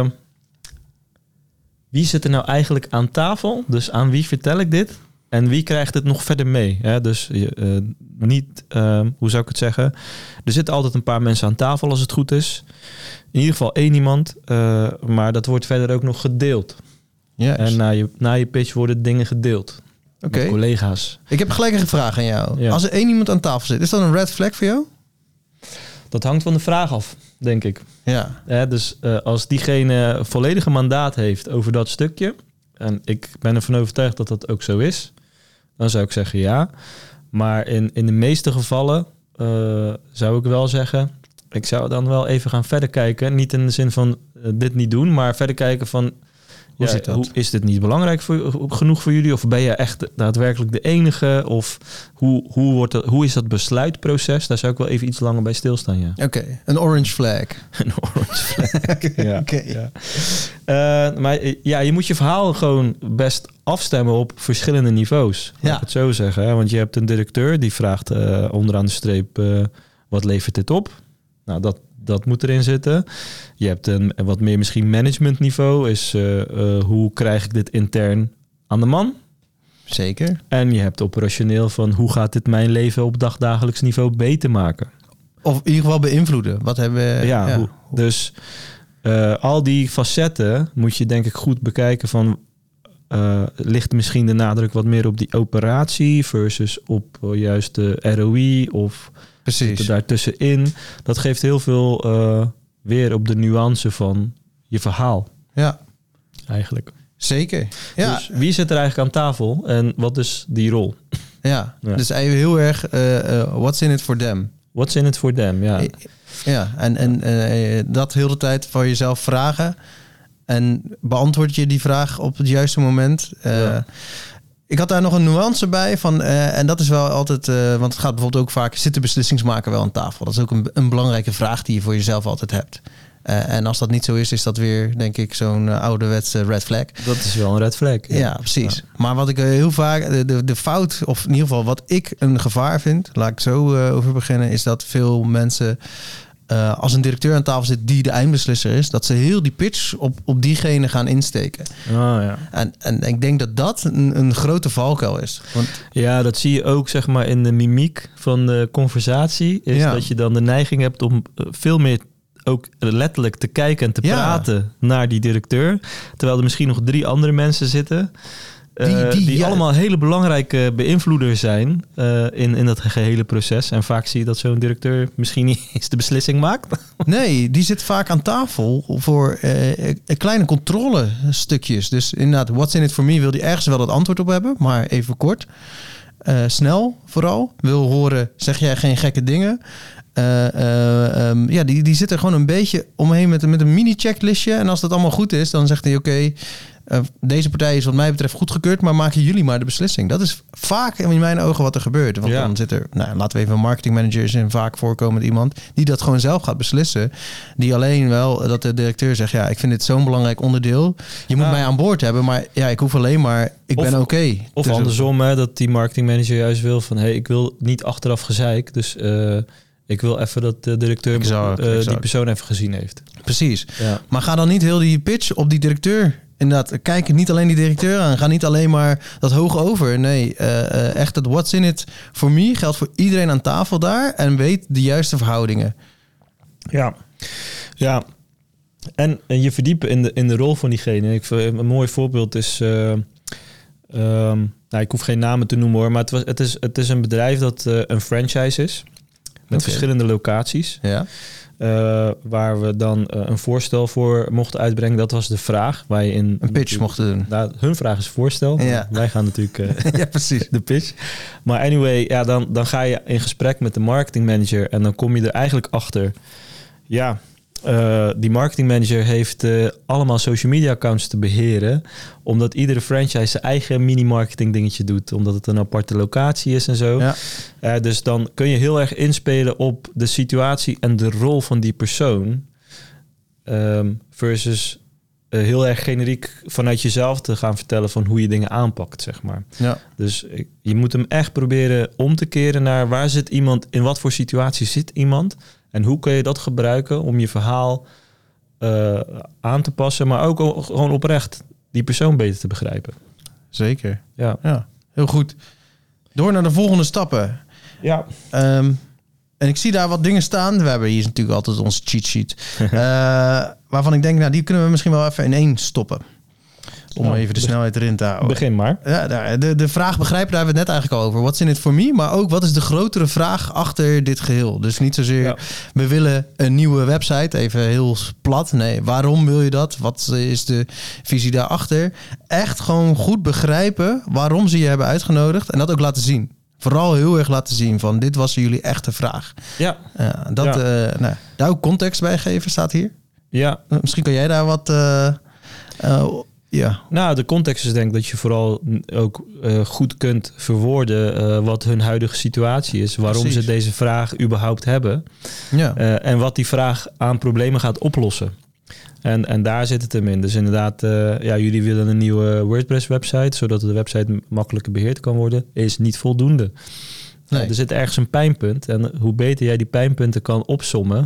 wie zit er nou eigenlijk aan tafel? Dus aan wie vertel ik dit? En wie krijgt het nog verder mee? Hè? Dus uh, niet, uh, hoe zou ik het zeggen? Er zitten altijd een paar mensen aan tafel als het goed is. In ieder geval één iemand. Uh, maar dat wordt verder ook nog gedeeld. Yes. En na je, na je pitch worden dingen gedeeld. Oké. Met collega's. Ik heb gelijk een vraag aan jou. Ja. Als er één iemand aan tafel zit, is dat een red flag voor jou? Dat hangt van de vraag af, denk ik. Ja. Ja, dus uh, als diegene volledige mandaat heeft over dat stukje... en ik ben ervan overtuigd dat dat ook zo is... dan zou ik zeggen ja. Maar in, in de meeste gevallen uh, zou ik wel zeggen... ik zou dan wel even gaan verder kijken. Niet in de zin van uh, dit niet doen, maar verder kijken van... Hoe, ja, zit dat? Hoe is dit niet belangrijk voor, genoeg voor jullie? Of ben je echt daadwerkelijk de enige? Of hoe, hoe, wordt dat, hoe is dat besluitproces? Daar zou ik wel even iets langer bij stilstaan, ja. Oké, okay. Een orange flag. Een orange flag, ja. Okay. ja. Uh, maar ja, je moet je verhaal gewoon best afstemmen op verschillende niveaus. Laat ja. ik het zo zeggen. Hè? Want je hebt een directeur die vraagt uh, onderaan de streep... Uh, wat levert dit op? Nou, dat, Dat moet erin zitten. Je hebt een wat meer misschien managementniveau. Is uh, uh, hoe krijg ik dit intern aan de man? Zeker. En je hebt operationeel van hoe gaat dit mijn leven op dagdagelijks niveau beter maken? Of in ieder geval beïnvloeden. Wat hebben we... Ja, ja. Hoe, dus uh, al die facetten moet je denk ik goed bekijken van... Uh, ligt misschien de nadruk wat meer op die operatie versus op uh, juist de R O I of Precies. daartussenin. Dat geeft heel veel uh, weer op de nuance van je verhaal. Ja. Eigenlijk. Zeker. Ja. Dus wie zit er eigenlijk aan tafel en wat is die rol? Ja, ja. Dus even heel erg uh, uh, what's in it for them? What's in it for them, ja. Ja, en, en uh, dat heel de tijd voor jezelf vragen... En beantwoord je die vraag op het juiste moment? Uh, ja. Ik had daar nog een nuance bij. Van, uh, en dat is wel altijd... Uh, want het gaat bijvoorbeeld ook vaak... Zit de beslissingsmaker wel aan tafel? Dat is ook een, een belangrijke vraag die je voor jezelf altijd hebt. Uh, en als dat niet zo is, is dat weer, denk ik, zo'n uh, ouderwetse red flag. Dat is wel een red flag. Ja, ja precies. Ja. Maar wat ik uh, heel vaak... De, de, de fout, of in ieder geval wat ik een gevaar vind... Laat ik zo uh, over beginnen... Is dat veel mensen... Uh, als een directeur aan tafel zit die de eindbeslisser is... dat ze heel die pitch op, op diegene gaan insteken. Oh, ja. en, en ik denk dat dat een, een grote valkuil is. Want... Ja, dat zie je ook zeg maar in de mimiek van de conversatie. Is ja. dat je dan de neiging hebt om veel meer ook letterlijk te kijken en te ja. praten naar die directeur. Terwijl er misschien nog drie andere mensen zitten... Die, die, uh, die ja. allemaal hele belangrijke beïnvloeders zijn uh, in, in dat gehele proces. En vaak zie je dat zo'n directeur misschien niet eens de beslissing maakt. Nee, die zit vaak aan tafel voor uh, kleine controlestukjes. Dus inderdaad, what's in it for me wil die ergens wel het antwoord op hebben. Maar even kort. Uh, snel vooral. Wil horen, zeg jij geen gekke dingen. Uh, uh, um, ja, die, die zit er gewoon een beetje omheen met, met een mini-checklistje. En als dat allemaal goed is, dan zegt hij oké... Okay, Uh, deze partij is wat mij betreft goedgekeurd, maar maken jullie maar de beslissing. Dat is vaak in mijn ogen wat er gebeurt. Want ja. dan zit er, nou, laten we even een marketingmanager zijn, vaak voorkomend iemand die dat gewoon zelf gaat beslissen. Die alleen wel dat de directeur zegt, ja, ik vind dit zo'n belangrijk onderdeel. Je moet ja. mij aan boord hebben, maar ja, ik hoef alleen maar, ik of, ben oké. Okay. Of dus andersom, hè, dat die marketingmanager juist wil van, hey, ik wil niet achteraf gezeik, dus uh, ik wil even dat de directeur exact, uh, exact. die persoon even gezien heeft. Precies. Ja. Maar ga dan niet heel die pitch op die directeur. Inderdaad, kijk niet alleen die directeur aan. Ga niet alleen maar dat hoog over. Nee, uh, uh, echt het what's in it for me geldt voor iedereen aan tafel daar. En weet de juiste verhoudingen. Ja, ja. En, en je verdiepen in de, in de rol van diegene. Ik, een mooi voorbeeld is... Uh, um, nou, ik hoef geen namen te noemen hoor. Maar het, was, het, is, het is een bedrijf dat uh, een franchise is. Met okay. verschillende locaties. Ja. Uh, waar we dan uh, een voorstel voor mochten uitbrengen. Dat was de vraag. Waar je in een pitch mochten doen. Nou, hun vraag is voorstel. Ja. Wij gaan natuurlijk uh, ja, precies. de pitch. Maar anyway, ja, dan, dan ga je in gesprek met de marketingmanager. En dan kom je er eigenlijk achter. Ja, uh, die marketingmanager heeft uh, allemaal social media accounts te beheren. Omdat iedere franchise zijn eigen mini-marketing dingetje doet. Omdat het een aparte locatie is en zo. Ja. Uh, dus dan kun je heel erg inspelen op de situatie en de rol van die persoon. Um, versus uh, heel erg generiek vanuit jezelf te gaan vertellen van hoe je dingen aanpakt, zeg maar. Ja. Dus je moet hem echt proberen om te keren naar waar zit iemand, in wat voor situatie zit iemand. En hoe kun je dat gebruiken om je verhaal uh, aan te passen, maar ook o- gewoon oprecht die persoon beter te begrijpen. Zeker. Ja, ja, heel goed. Door naar de volgende stappen. Ja. Um, en ik zie daar wat dingen staan. We hebben hier natuurlijk altijd onze cheat sheet. uh, waarvan ik denk, nou, die kunnen we misschien wel even in één stoppen. Om oh, even de be- snelheid erin te houden. Begin maar. Ja, de, de vraag begrijpen, daar hebben we het net eigenlijk al over. What's in it for me? Maar ook, wat is de grotere vraag achter dit geheel? Dus niet zozeer, ja. we willen een nieuwe website. Even heel plat. Nee, waarom wil je dat? Wat is de visie daarachter? Echt gewoon goed begrijpen waarom ze je hebben uitgenodigd. En dat ook laten zien. Vooral heel erg laten zien van, dit was jullie echte vraag. Ja. Uh, dat, ja. Uh, nou, daar ook context bij geven, staat hier. Ja. Uh, misschien kan jij daar wat... Uh, uh, Ja. Nou, de context is denk ik dat je vooral ook uh, goed kunt verwoorden uh, wat hun huidige situatie is. Waarom Precies. ze deze vraag überhaupt hebben. Ja. Uh, en wat die vraag aan problemen gaat oplossen. En, en daar zit het hem in. Dus inderdaad, uh, ja, jullie willen een nieuwe WordPress website, zodat de website makkelijker beheerd kan worden, is niet voldoende. Nee. Uh, er zit ergens een pijnpunt. En hoe beter jij die pijnpunten kan opsommen,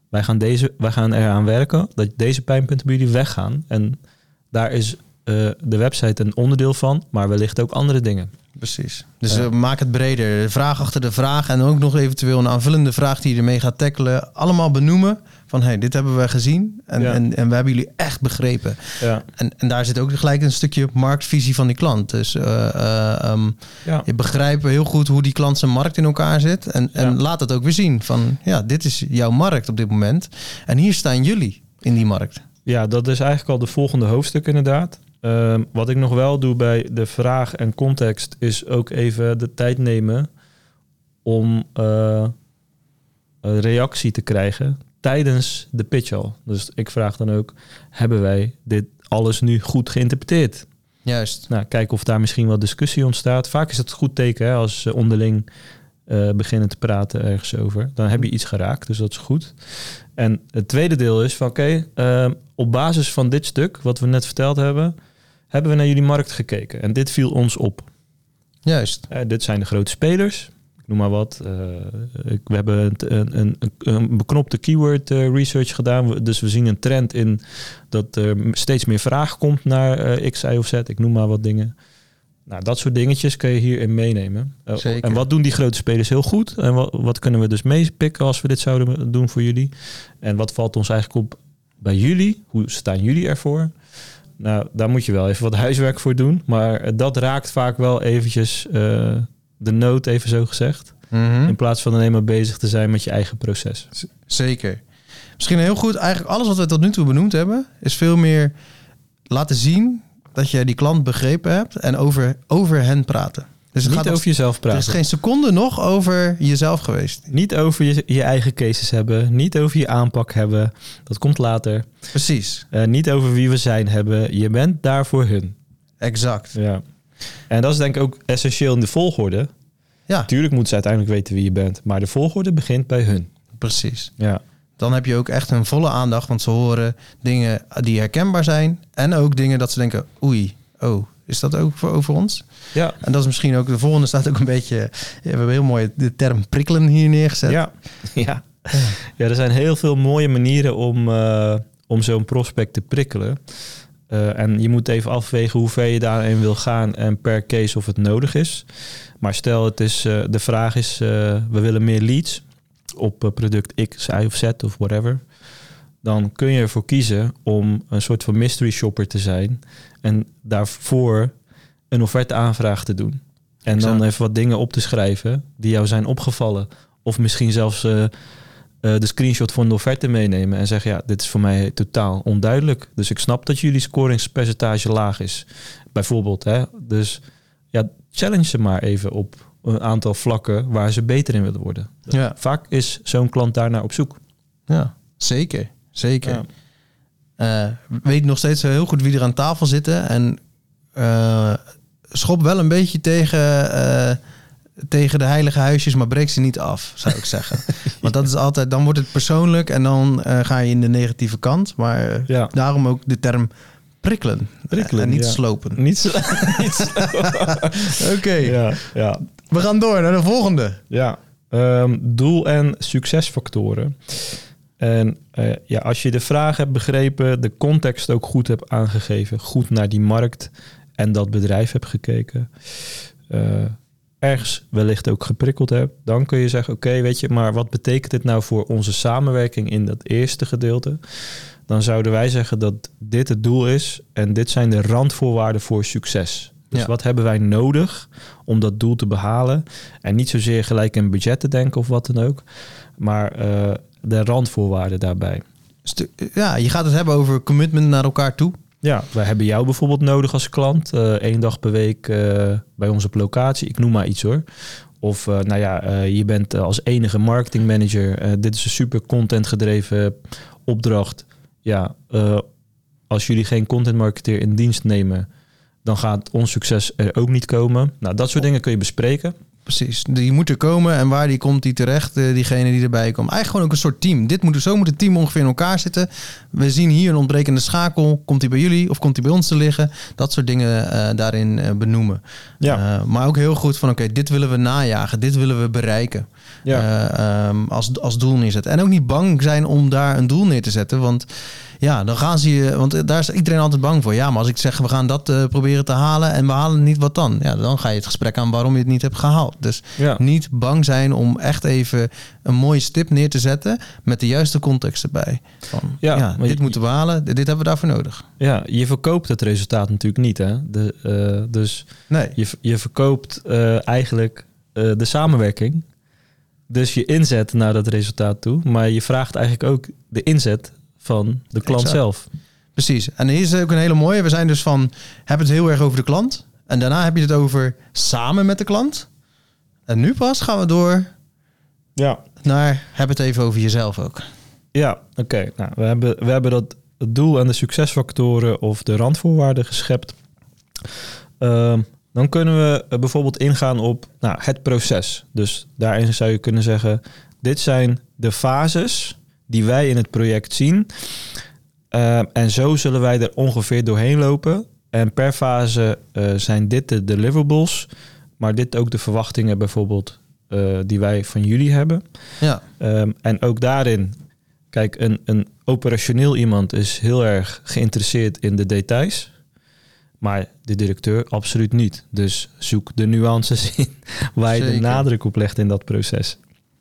wij gaan, deze, wij gaan eraan werken dat deze pijnpunten bij jullie weggaan. En daar is uh, de website een onderdeel van, maar wellicht ook andere dingen. Precies. Dus ja. uh, maak het breder. De vraag achter de vraag en ook nog eventueel een aanvullende vraag die je ermee gaat tackelen. Allemaal benoemen van hey, dit hebben we gezien en, ja. en, en we hebben jullie echt begrepen. Ja. En, en daar zit ook gelijk een stukje marktvisie van die klant. Dus uh, uh, um, ja. je begrijpt heel goed hoe die klant zijn markt in elkaar zit. En, en ja. laat het ook weer zien van ja, dit is jouw markt op dit moment. En hier staan jullie in die markt. Ja, dat is eigenlijk al de volgende hoofdstuk inderdaad. Uh, wat ik nog wel doe bij de vraag en context is ook even de tijd nemen om uh, een reactie te krijgen tijdens de pitch al. Dus ik vraag dan ook, hebben wij dit alles nu goed geïnterpreteerd? Juist. Nou, kijken of daar misschien wat discussie ontstaat. Vaak is het een goed teken hè, als ze onderling uh, beginnen te praten ergens over. Dan heb je iets geraakt, dus dat is goed. En het tweede deel is van oké, okay, uh, op basis van dit stuk, wat we net verteld hebben, hebben we naar jullie markt gekeken. En dit viel ons op. Juist. Uh, dit zijn de grote spelers. Ik noem maar wat. Uh, ik, we hebben een, een, een, een beknopte keyword uh, research gedaan. We, dus we zien een trend in dat er steeds meer vraag komt naar uh, X, Y of Z. Ik noem maar wat dingen. Nou, dat soort dingetjes kun je hierin meenemen. Uh, Zeker. En wat doen die grote spelers heel goed? En wat, wat kunnen we dus meepikken als we dit zouden doen voor jullie? En wat valt ons eigenlijk op bij jullie? Hoe staan jullie ervoor? Nou, daar moet je wel even wat huiswerk voor doen. Maar dat raakt vaak wel eventjes uh, de nood, even zo gezegd. Mm-hmm. In plaats van alleen maar bezig te zijn met je eigen proces. Z- Zeker. Misschien heel goed. Eigenlijk alles wat we tot nu toe benoemd hebben, is veel meer laten zien dat je die klant begrepen hebt en over, over hen praten. Dus het niet gaat over jezelf praten. Er is geen seconde nog over jezelf geweest. Niet over je, je eigen cases hebben. Niet over je aanpak hebben. Dat komt later. Precies. Uh, niet over wie we zijn hebben. Je bent daar voor hun. Exact. Ja. En dat is denk ik ook essentieel in de volgorde. Ja. Tuurlijk moeten ze uiteindelijk weten wie je bent. Maar de volgorde begint bij hun. Precies. Ja. Dan heb je ook echt een volle aandacht. Want ze horen dingen die herkenbaar zijn. En ook dingen dat ze denken, oei, oh, is dat ook voor over ons? Ja. En dat is misschien ook, de volgende staat ook een beetje, ja, we hebben heel mooi de term prikkelen hier neergezet. Ja, ja. ja er zijn heel veel mooie manieren om, uh, om zo'n prospect te prikkelen. Uh, en je moet even afwegen hoe ver je daarin wil gaan en per case of het nodig is. Maar stel, het is, uh, de vraag is, uh, we willen meer leads op uh, product X, Y of Z of whatever. Dan kun je ervoor kiezen om een soort van mystery shopper te zijn en daarvoor een offerte-aanvraag te doen. En exact. Dan even wat dingen op te schrijven die jou zijn opgevallen. Of misschien zelfs uh, uh, de screenshot van de offerte meenemen en zeggen, ja, dit is voor mij totaal onduidelijk. Dus ik snap dat jullie scoringspercentage laag is. Bijvoorbeeld, hè. Dus ja, challenge ze maar even op een aantal vlakken waar ze beter in willen worden. Ja. Vaak is zo'n klant daarnaar op zoek. Ja, zeker. Zeker. Ja. Uh, weet nog steeds heel goed wie er aan tafel zitten. En uh, schop wel een beetje tegen, uh, tegen de heilige huisjes, maar breek ze niet af, zou ik zeggen. Want dat is altijd, dan wordt het persoonlijk en dan uh, ga je in de negatieve kant. Maar uh, ja. daarom ook de term prikkelen. Prikkelen en niet ja. slopen. Niet, slo- niet slopen. Oké. Okay. Ja, ja. We gaan door naar de volgende. Ja. Um, doel- en succesfactoren. En uh, ja, als je de vraag hebt begrepen, de context ook goed hebt aangegeven, goed naar die markt en dat bedrijf hebt gekeken, uh, ergens wellicht ook geprikkeld hebt, dan kun je zeggen, oké, okay, weet je, maar wat betekent dit nou voor onze samenwerking in dat eerste gedeelte? Dan zouden wij zeggen dat dit het doel is en dit zijn de randvoorwaarden voor succes. Dus ja. wat hebben wij nodig om dat doel te behalen? En niet zozeer gelijk in budget te denken of wat dan ook, maar uh, de randvoorwaarden daarbij. Ja, je gaat het hebben over commitment naar elkaar toe. Ja, wij hebben jou bijvoorbeeld nodig als klant. Uh, één dag per week uh, bij ons op locatie. Ik noem maar iets hoor. Of uh, nou ja, uh, je bent uh, als enige marketingmanager. Uh, dit is een super content gedreven opdracht. Ja, uh, als jullie geen content marketeer in dienst nemen, dan gaat ons succes er ook niet komen. Nou, dat soort dingen kun je bespreken. Precies, die moet er komen en waar die komt die terecht, diegene die erbij komt. Eigenlijk gewoon ook een soort team. Dit moet, zo moet het team ongeveer in elkaar zitten. We zien hier een ontbrekende schakel. Komt die bij jullie of komt die bij ons te liggen? Dat soort dingen uh, daarin uh, benoemen. Ja. Uh, maar ook heel goed van oké, okay, dit willen we najagen. Dit willen we bereiken. ja. uh, um, als, als doel neerzetten. En ook niet bang zijn om daar een doel neer te zetten. Want ja, dan gaan ze je... Want daar is iedereen altijd bang voor. Ja, maar als ik zeg, we gaan dat uh, proberen te halen en we halen het niet, wat dan? Ja, dan ga je het gesprek aan waarom je het niet hebt gehaald. Dus ja. niet bang zijn om echt even een mooie stip neer te zetten met de juiste context erbij. Van, ja, ja dit je, moeten we halen, dit, dit hebben we daarvoor nodig. Ja, je verkoopt het resultaat natuurlijk niet, hè? De, uh, dus nee. je, je verkoopt uh, eigenlijk uh, de samenwerking. Dus je inzet naar dat resultaat toe. Maar je vraagt eigenlijk ook de inzet van de klant exact. zelf. Precies. En hier is ook een hele mooie. We zijn dus van, heb het heel erg over de klant. En daarna heb je het over samen met de klant. En nu pas gaan we door ja. naar, heb het even over jezelf ook. Ja, oké. Okay. Nou, we hebben, we hebben dat het doel en de succesfactoren of de randvoorwaarden geschept. Uh, dan kunnen we bijvoorbeeld ingaan op nou, het proces. Dus daarin zou je kunnen zeggen, dit zijn de fases die wij in het project zien. Uh, en zo zullen wij er ongeveer doorheen lopen. En per fase uh, zijn dit de deliverables, maar dit ook de verwachtingen bijvoorbeeld uh, die wij van jullie hebben. Ja. Um, en ook daarin, kijk, een, een operationeel iemand is heel erg geïnteresseerd in de details. Maar de directeur absoluut niet. Dus zoek de nuances in waar je Zeker. de nadruk op legt in dat proces.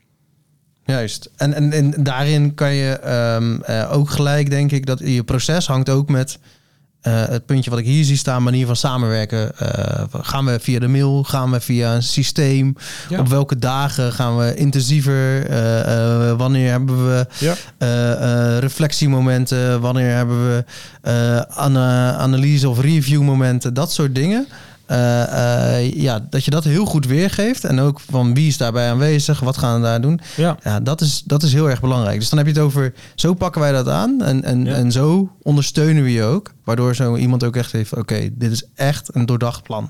Juist. En, en, en daarin kan je um, uh, ook gelijk, denk ik, dat je proces hangt ook met uh, het puntje wat ik hier zie staan, manier van samenwerken. Uh, gaan we via de mail? Gaan we via een systeem? Ja. Op welke dagen gaan we intensiever? Uh, uh, wanneer hebben we ja. uh, uh, reflectiemomenten? Wanneer hebben we uh, ana- analyse of review momenten? Dat soort dingen. Uh, uh, ja, dat je dat heel goed weergeeft. En ook van wie is daarbij aanwezig, wat gaan we daar doen. Ja. Ja, dat is, dat is heel erg belangrijk. Dus dan heb je het over, zo pakken wij dat aan. En, en, ja. en zo ondersteunen we je ook. Waardoor zo iemand ook echt heeft, oké, okay, dit is echt een doordacht plan.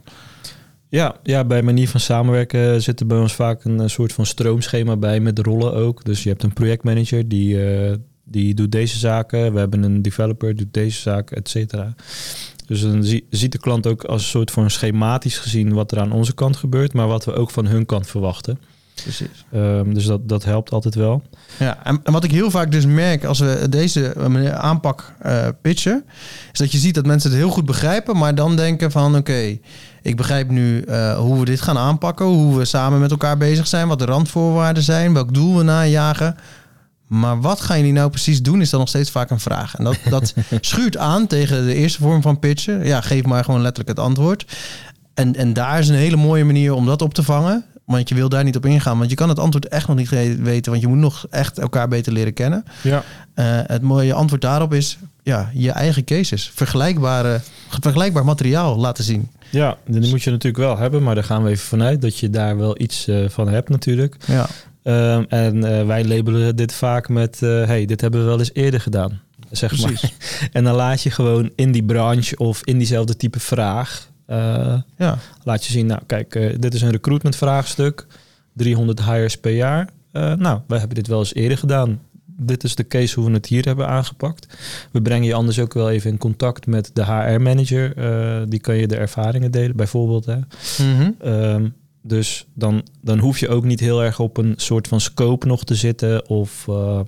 Ja, ja, bij manier van samenwerken zit er bij ons vaak een soort van stroomschema bij met de rollen ook. Dus je hebt een projectmanager die, uh, die doet deze zaken. We hebben een developer, doet deze zaken, et cetera. Dus dan zie, ziet de klant ook als een soort van schematisch gezien wat er aan onze kant gebeurt, maar wat we ook van hun kant verwachten. Precies. Um, dus dat, dat helpt altijd wel. Ja, en, en wat ik heel vaak dus merk als we deze aanpak uh, pitchen, is dat je ziet dat mensen het heel goed begrijpen, maar dan denken van oké, okay, ik begrijp nu uh, hoe we dit gaan aanpakken, hoe we samen met elkaar bezig zijn, wat de randvoorwaarden zijn, welk doel we najagen. Maar wat gaan jullie nou precies doen, is dan nog steeds vaak een vraag. En dat, dat schuurt aan tegen de eerste vorm van pitchen. Ja, geef maar gewoon letterlijk het antwoord. En, en daar is een hele mooie manier om dat op te vangen. Want je wil daar niet op ingaan. Want je kan het antwoord echt nog niet weten. Want je moet nog echt elkaar beter leren kennen. Ja. Uh, het mooie antwoord daarop is ja, je eigen cases. Vergelijkbare, vergelijkbaar materiaal laten zien. Ja, die moet je natuurlijk wel hebben. Maar daar gaan we even vanuit dat je daar wel iets uh, van hebt natuurlijk. Ja. Um, en uh, wij labelen dit vaak met, uh, hey, dit hebben we wel eens eerder gedaan, zeg Precies. maar. En dan laat je gewoon in die branche of in diezelfde type vraag, uh, ja. laat je zien, nou kijk, uh, dit is een recruitment vraagstuk, driehonderd hires per jaar. Uh, nou, wij hebben dit wel eens eerder gedaan. Dit is de case hoe we het hier hebben aangepakt. We brengen je anders ook wel even in contact met de H R-manager. Uh, die kan je de ervaringen delen, bijvoorbeeld. Hè. Mm-hmm. Um, Dus dan, dan hoef je ook niet heel erg op een soort van scope nog te zitten. Of uh,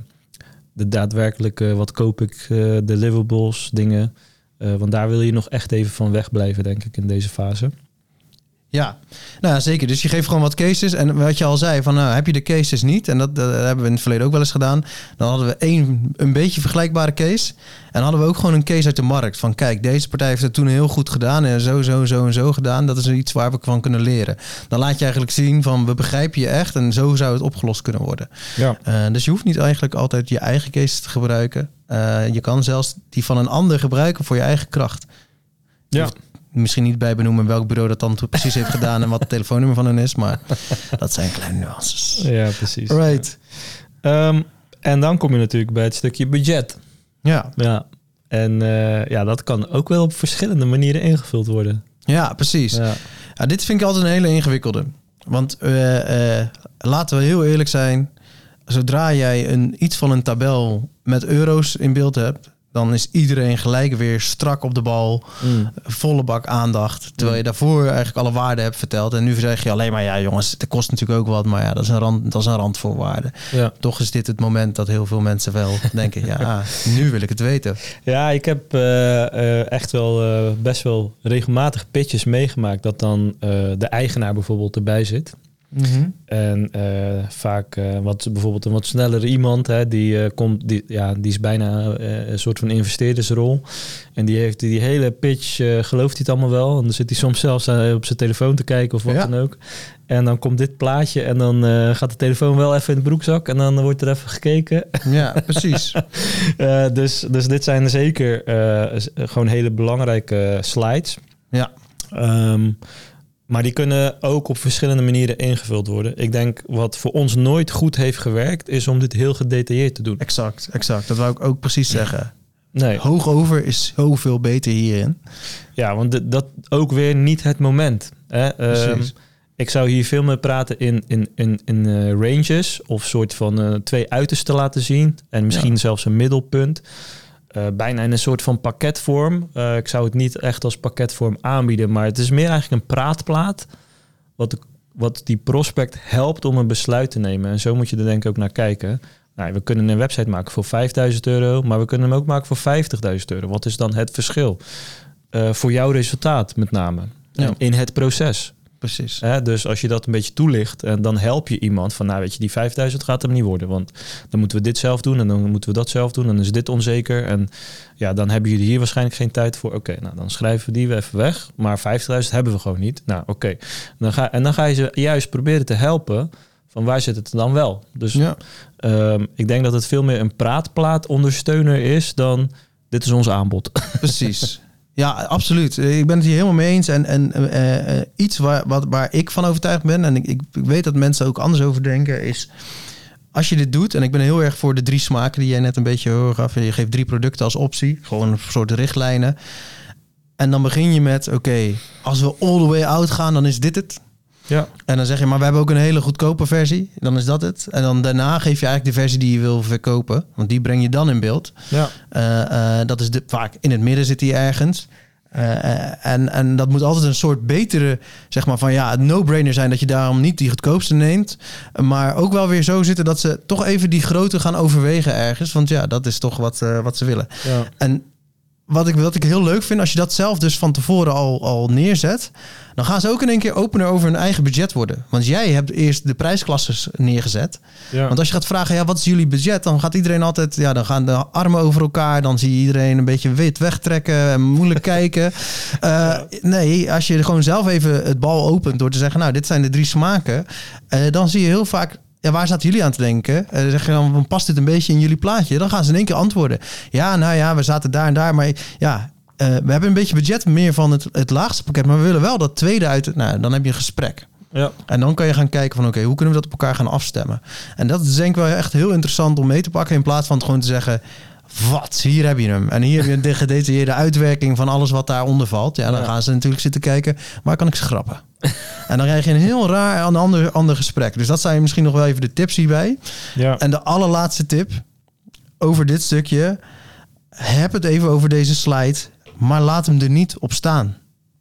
de daadwerkelijke, wat koop ik, uh, deliverables, dingen. Uh, want daar wil je nog echt even van wegblijven, denk ik, in deze fase. Ja, nou ja, zeker. Dus je geeft gewoon wat cases. En wat je al zei, van nou, heb je de cases niet, en dat, dat hebben we in het verleden ook wel eens gedaan, dan hadden we één, een beetje vergelijkbare case. En hadden we ook gewoon een case uit de markt. Van kijk, deze partij heeft het toen heel goed gedaan en zo, zo, zo en zo gedaan. Dat is iets waar we van kunnen leren. Dan laat je eigenlijk zien van we begrijpen je echt en zo zou het opgelost kunnen worden. Ja. Uh, dus je hoeft niet eigenlijk altijd je eigen case te gebruiken. Uh, je kan zelfs die van een ander gebruiken voor je eigen kracht. Ja. Hoeft misschien niet bij benoemen welk bureau dat dan precies heeft gedaan en wat het telefoonnummer van hen is, maar dat zijn kleine nuances. Ja, precies. Right. Ja. Um, en dan kom je natuurlijk bij het stukje budget. Ja. Ja. En uh, ja, dat kan ook wel op verschillende manieren ingevuld worden. Ja, precies. Ja. Ja, dit vind ik altijd een hele ingewikkelde. Want uh, uh, laten we heel eerlijk zijn, zodra jij een, iets van een tabel met euro's in beeld hebt, dan is iedereen gelijk weer strak op de bal. Mm. Volle bak aandacht. Terwijl je daarvoor eigenlijk alle waarden hebt verteld. En nu zeg je alleen maar, ja jongens, het kost natuurlijk ook wat. Maar ja, dat is een, rand, dat is een randvoorwaarde. Ja. Toch is dit het moment dat heel veel mensen wel denken, ja, nu wil ik het weten. Ja, ik heb uh, uh, echt wel uh, best wel regelmatig pitches meegemaakt. Dat dan uh, de eigenaar bijvoorbeeld erbij zit. Mm-hmm. En uh, vaak uh, wat bijvoorbeeld een wat snellere iemand, hè, die uh, komt, die, ja, die is bijna uh, een soort van investeerdersrol. En die heeft die hele pitch, uh, gelooft hij het allemaal wel. En dan zit hij soms zelfs uh, op zijn telefoon te kijken of wat ja. dan ook. En dan komt dit plaatje en dan uh, gaat de telefoon wel even in de broekzak en dan wordt er even gekeken. Ja, precies. uh, dus, dus dit zijn zeker uh, gewoon hele belangrijke slides. Ja. Um, Maar die kunnen ook op verschillende manieren ingevuld worden. Ik denk wat voor ons nooit goed heeft gewerkt, is om dit heel gedetailleerd te doen. Exact, exact. Dat wou ik ook precies zeggen. Nee. Hoog over is zoveel beter hierin. Ja, want d- dat ook weer niet het moment. Hè? Um, ik zou hier veel meer praten in, in, in, in uh, ranges of soort van uh, twee uitersten laten zien. En misschien ja. zelfs een middelpunt. Uh, bijna in een soort van pakketvorm. Uh, ik zou het niet echt als pakketvorm aanbieden, maar het is meer eigenlijk een praatplaat wat, de, wat die prospect helpt om een besluit te nemen. En zo moet je er denk ik ook naar kijken. Nou, we kunnen een website maken voor vijfduizend euro, maar we kunnen hem ook maken voor vijftigduizend euro. Wat is dan het verschil? Uh, voor jouw resultaat met name. Ja. In het proces. Precies. Hè, dus als je dat een beetje toelicht en dan help je iemand van, nou weet je, die vijfduizend gaat hem niet worden, want dan moeten we dit zelf doen en dan moeten we dat zelf doen en dan is dit onzeker en ja, dan hebben jullie hier waarschijnlijk geen tijd voor. Oké, okay, nou dan schrijven we die even weg, maar vijftigduizend hebben we gewoon niet. Nou, oké. Okay. Dan ga en dan ga je ze juist proberen te helpen van waar zit het dan wel. Dus ja. um, ik denk dat het veel meer een praatplaat ondersteuner is dan dit is ons aanbod. Precies. Ja, absoluut. Ik ben het hier helemaal mee eens. En, en uh, uh, iets waar, wat, waar ik van overtuigd ben, en ik, ik weet dat mensen ook anders over denken, is als je dit doet, en ik ben heel erg voor de drie smaken die jij net een beetje hoor gaf. Je geeft drie producten als optie, gewoon een soort richtlijnen. En dan begin je met, oké, okay, als we all the way out gaan, dan is dit het. Ja. En dan zeg je, maar we hebben ook een hele goedkope versie. Dan is dat het. En dan daarna geef je eigenlijk de versie die je wil verkopen. Want die breng je dan in beeld. Ja. Uh, uh, dat is de, vaak in het midden zit die ergens. Uh, en, en dat moet altijd een soort betere, zeg maar van ja, het no-brainer zijn dat je daarom niet die goedkoopste neemt. Maar ook wel weer zo zitten dat ze toch even die grote gaan overwegen ergens. Want ja, dat is toch wat, uh, wat ze willen. Ja. En Wat ik, wat ik heel leuk vind, als je dat zelf dus van tevoren al, al neerzet, dan gaan ze ook in één keer opener over hun eigen budget worden. Want jij hebt eerst de prijsklasses neergezet. Ja. Want als je gaat vragen, ja, wat is jullie budget? Dan gaat iedereen altijd, ja, dan gaan de armen over elkaar. Dan zie je iedereen een beetje wit wegtrekken en moeilijk kijken. Uh, ja. Nee, als je gewoon zelf even het bal opent door te zeggen, nou, dit zijn de drie smaken. Uh, dan zie je heel vaak, ja, waar zaten jullie aan te denken? Uh, dan zeg je dan, past dit een beetje in jullie plaatje? Dan gaan ze in één keer antwoorden. Ja, nou ja, we zaten daar en daar. Maar ja, uh, we hebben een beetje budget meer van het, het laagste pakket. Maar we willen wel dat tweede uit. Nou, dan heb je een gesprek. Ja. En dan kan je gaan kijken van, oké, okay, hoe kunnen we dat op elkaar gaan afstemmen? En dat is denk ik wel echt heel interessant om mee te pakken. In plaats van het gewoon te zeggen, wat, hier heb je hem. En hier heb je een gedetailleerde uitwerking van alles wat daaronder valt. Ja, dan ja. gaan ze natuurlijk zitten kijken, waar kan ik schrappen? En dan krijg je een heel raar een ander, ander gesprek. Dus dat zijn misschien nog wel even de tips hierbij. Ja. En de allerlaatste tip over dit stukje. Heb het even over deze slide, maar laat hem er niet op staan.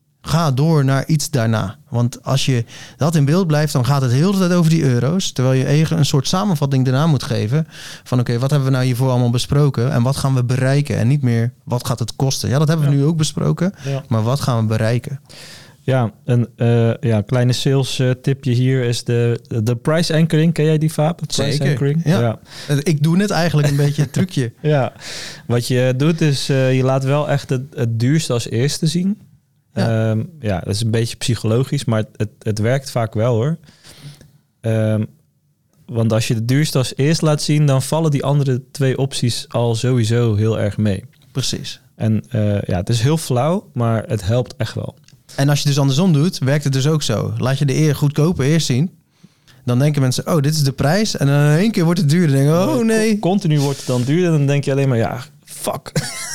Ga door naar iets daarna. Want als je dat in beeld blijft, dan gaat het heel de tijd over die euro's. Terwijl je eigen een soort samenvatting daarna moet geven. Van oké, okay, wat hebben we nou hiervoor allemaal besproken? En wat gaan we bereiken? En niet meer, wat gaat het kosten? Ja, dat hebben we ja. nu ook besproken. Ja. Maar wat gaan we bereiken? Ja, een uh, ja, kleine sales uh, tipje hier is de, de price anchoring. Ken jij die, Vaap? Zeker, anchoring? Ja. ja. Ik doe net eigenlijk een beetje het trucje. Ja, wat je doet is, uh, je laat wel echt het, het duurste als eerste zien. Ja. Um, ja, dat is een beetje psychologisch, maar het, het, het werkt vaak wel hoor. Um, want als je de duurste als eerst laat zien, dan vallen die andere twee opties al sowieso heel erg mee. Precies. En uh, ja, het is heel flauw, maar het helpt echt wel. En als je dus andersom doet, werkt het dus ook zo. Laat je de eer goedkope eerst zien. Dan denken mensen, oh, dit is de prijs. En dan in één keer wordt het duurder. Dan denk je, oh nee. Continu wordt het dan duurder. Dan denk je alleen maar, ja, fuck.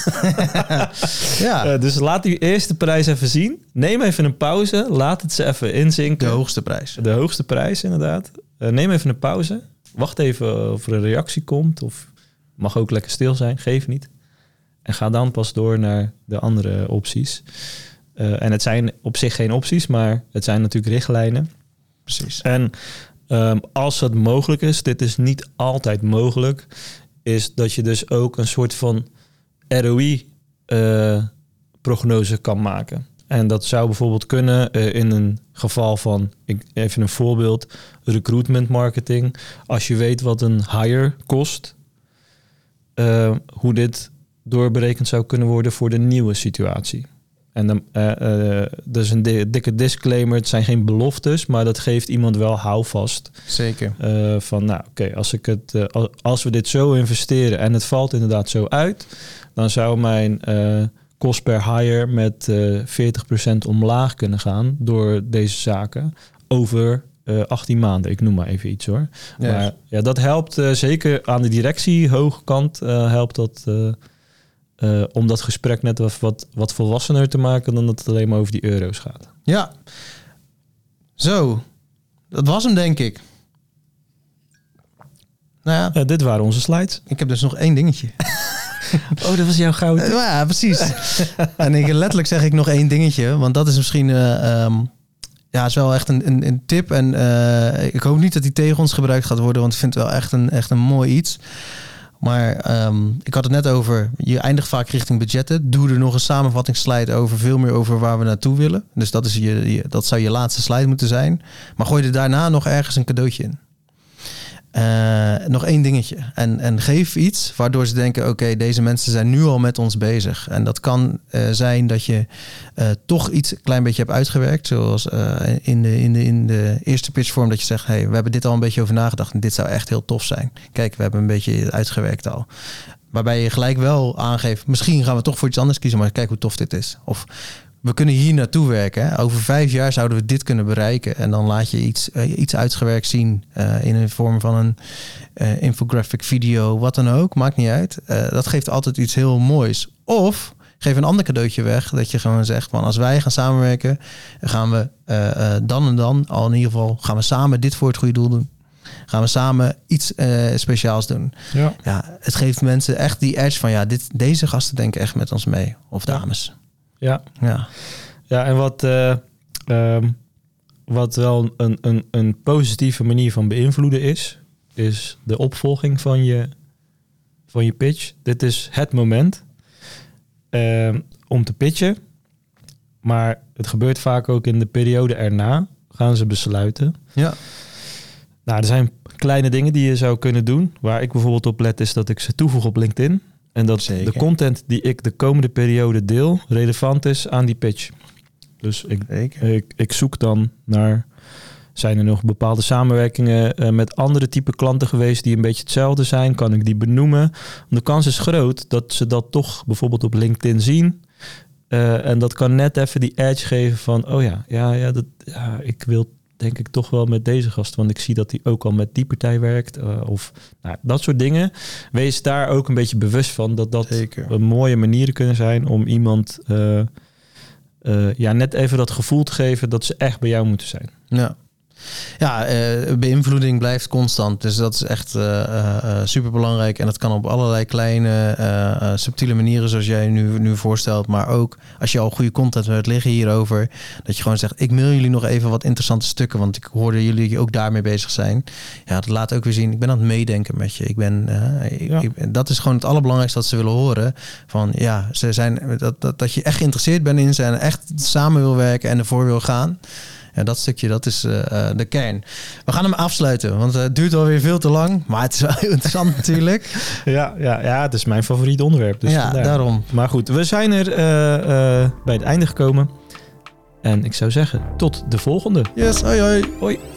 ja. Uh, dus laat die eerste prijs even zien. Neem even een pauze. Laat het ze even inzinken. De hoogste prijs. De hoogste prijs, inderdaad. Uh, neem even een pauze. Wacht even of er een reactie komt. Of mag ook lekker stil zijn. Geef niet. En ga dan pas door naar de andere opties. Uh, en het zijn op zich geen opties, maar het zijn natuurlijk richtlijnen. Precies. En um, als het mogelijk is, dit is niet altijd mogelijk, is dat je dus ook een soort van R O I-prognose uh, kan maken. En dat zou bijvoorbeeld kunnen uh, in een geval van, ik, even een voorbeeld, recruitment marketing. Als je weet wat een hire kost, uh, hoe dit doorberekend zou kunnen worden voor de nieuwe situatie. En dan, uh, uh, dat is een di- dikke disclaimer, het zijn geen beloftes, maar dat geeft iemand wel houvast. Zeker. Uh, van nou, oké, okay, als ik het, uh, als we dit zo investeren en het valt inderdaad zo uit, dan zou mijn uh, kost per hire met uh, veertig procent omlaag kunnen gaan door deze zaken over uh, achttien maanden. Ik noem maar even iets hoor. Ja. Maar ja, dat helpt uh, zeker aan de directie, hoogkant uh, helpt dat uh, uh, om dat gesprek net wat, wat, wat volwassener te maken dan dat het alleen maar over die euro's gaat. Ja. Zo. Dat was hem, denk ik. Nou ja. Uh, dit waren onze slides. Ik heb dus nog één dingetje. Oh, dat was jouw gouden. Uh, ja, precies. En ik, letterlijk zeg ik nog één dingetje. Want dat is misschien... Uh, um, ja, is wel echt een, een, een tip. En uh, ik hoop niet dat die tegen ons gebruikt gaat worden. Want ik vind het wel echt een, echt een mooi iets. Maar um, ik had het net over... Je eindigt vaak richting budgetten. Doe er nog een samenvattingsslide over. Veel meer over waar we naartoe willen. Dus dat, is je, je, dat zou je laatste slide moeten zijn. Maar gooi er daarna nog ergens een cadeautje in. Uh, nog één dingetje. En, en geef iets waardoor ze denken... oké, okay, deze mensen zijn nu al met ons bezig. En dat kan uh, zijn dat je uh, toch iets een klein beetje hebt uitgewerkt. Zoals uh, in, de, in, de, in de eerste pitchvorm dat je zegt... hey, we hebben dit al een beetje over nagedacht... en dit zou echt heel tof zijn. Kijk, we hebben een beetje uitgewerkt al. Waarbij je gelijk wel aangeeft... misschien gaan we toch voor iets anders kiezen... maar kijk hoe tof dit is. Of... we kunnen hier naartoe werken. Hè? Over vijf jaar zouden we dit kunnen bereiken. En dan laat je iets, uh, iets uitgewerkt zien. Uh, in een vorm van een uh, infographic video. Wat dan ook. Maakt niet uit. Uh, dat geeft altijd iets heel moois. Of geef een ander cadeautje weg. Dat je gewoon zegt. Van als wij gaan samenwerken. Gaan we uh, uh, dan en dan. Al in ieder geval. Gaan we samen dit voor het goede doel doen. Gaan we samen iets uh, speciaals doen. Ja. Ja, het geeft mensen echt die edge van. Ja, dit, deze gasten denken echt met ons mee. Of dames. Ja. Ja. Ja. Ja, en wat, uh, um, wat wel een, een, een positieve manier van beïnvloeden is, is de opvolging van je, van je pitch. Dit is het moment uh, om te pitchen, maar het gebeurt vaak ook in de periode erna, gaan ze besluiten. Ja. Nou, er zijn kleine dingen die je zou kunnen doen. Waar ik bijvoorbeeld op let is dat ik ze toevoeg op LinkedIn. En dat Zeker. De content die ik de komende periode deel relevant is aan die pitch. Dus ik, ik, ik zoek dan naar... zijn er nog bepaalde samenwerkingen uh, met andere type klanten geweest die een beetje hetzelfde zijn? Kan ik die benoemen? De kans is groot dat ze dat toch bijvoorbeeld op LinkedIn zien. Uh, en dat kan net even die edge geven van... oh ja, ja, ja, dat, ja ik wil... denk ik toch wel met deze gast. Want ik zie dat hij ook al met die partij werkt. Uh, of nou, dat soort dingen. Wees daar ook een beetje bewust van. Dat dat Zeker. mooie manieren kunnen zijn om iemand... Uh, uh, ja, net even dat gevoel te geven dat ze echt bij jou moeten zijn. Ja. Ja, uh, beïnvloeding blijft constant. Dus dat is echt uh, uh, superbelangrijk. En dat kan op allerlei kleine, uh, uh, subtiele manieren... zoals jij nu, nu voorstelt. Maar ook als je al goede content hebt liggen hierover... dat je gewoon zegt, ik mail jullie nog even wat interessante stukken... want ik hoorde jullie ook daarmee bezig zijn. Ja, dat laat ook weer zien. Ik ben aan het meedenken met je. Ik ben, uh, ja. ik, dat is gewoon het allerbelangrijkste dat ze willen horen. Van ja, ze zijn, dat, dat, dat je echt geïnteresseerd bent in ze... en echt samen wil werken en ervoor wil gaan... Ja, dat stukje, dat is uh, de kern. We gaan hem afsluiten, want het duurt alweer veel te lang. Maar het is wel heel interessant natuurlijk. Ja, ja, ja, het is mijn favoriet onderwerp. Dus ja, vandaar. Daarom. Maar goed, we zijn er uh, uh, bij het einde gekomen. En ik zou zeggen, tot de volgende. Yes, hoi hoi. Hoi.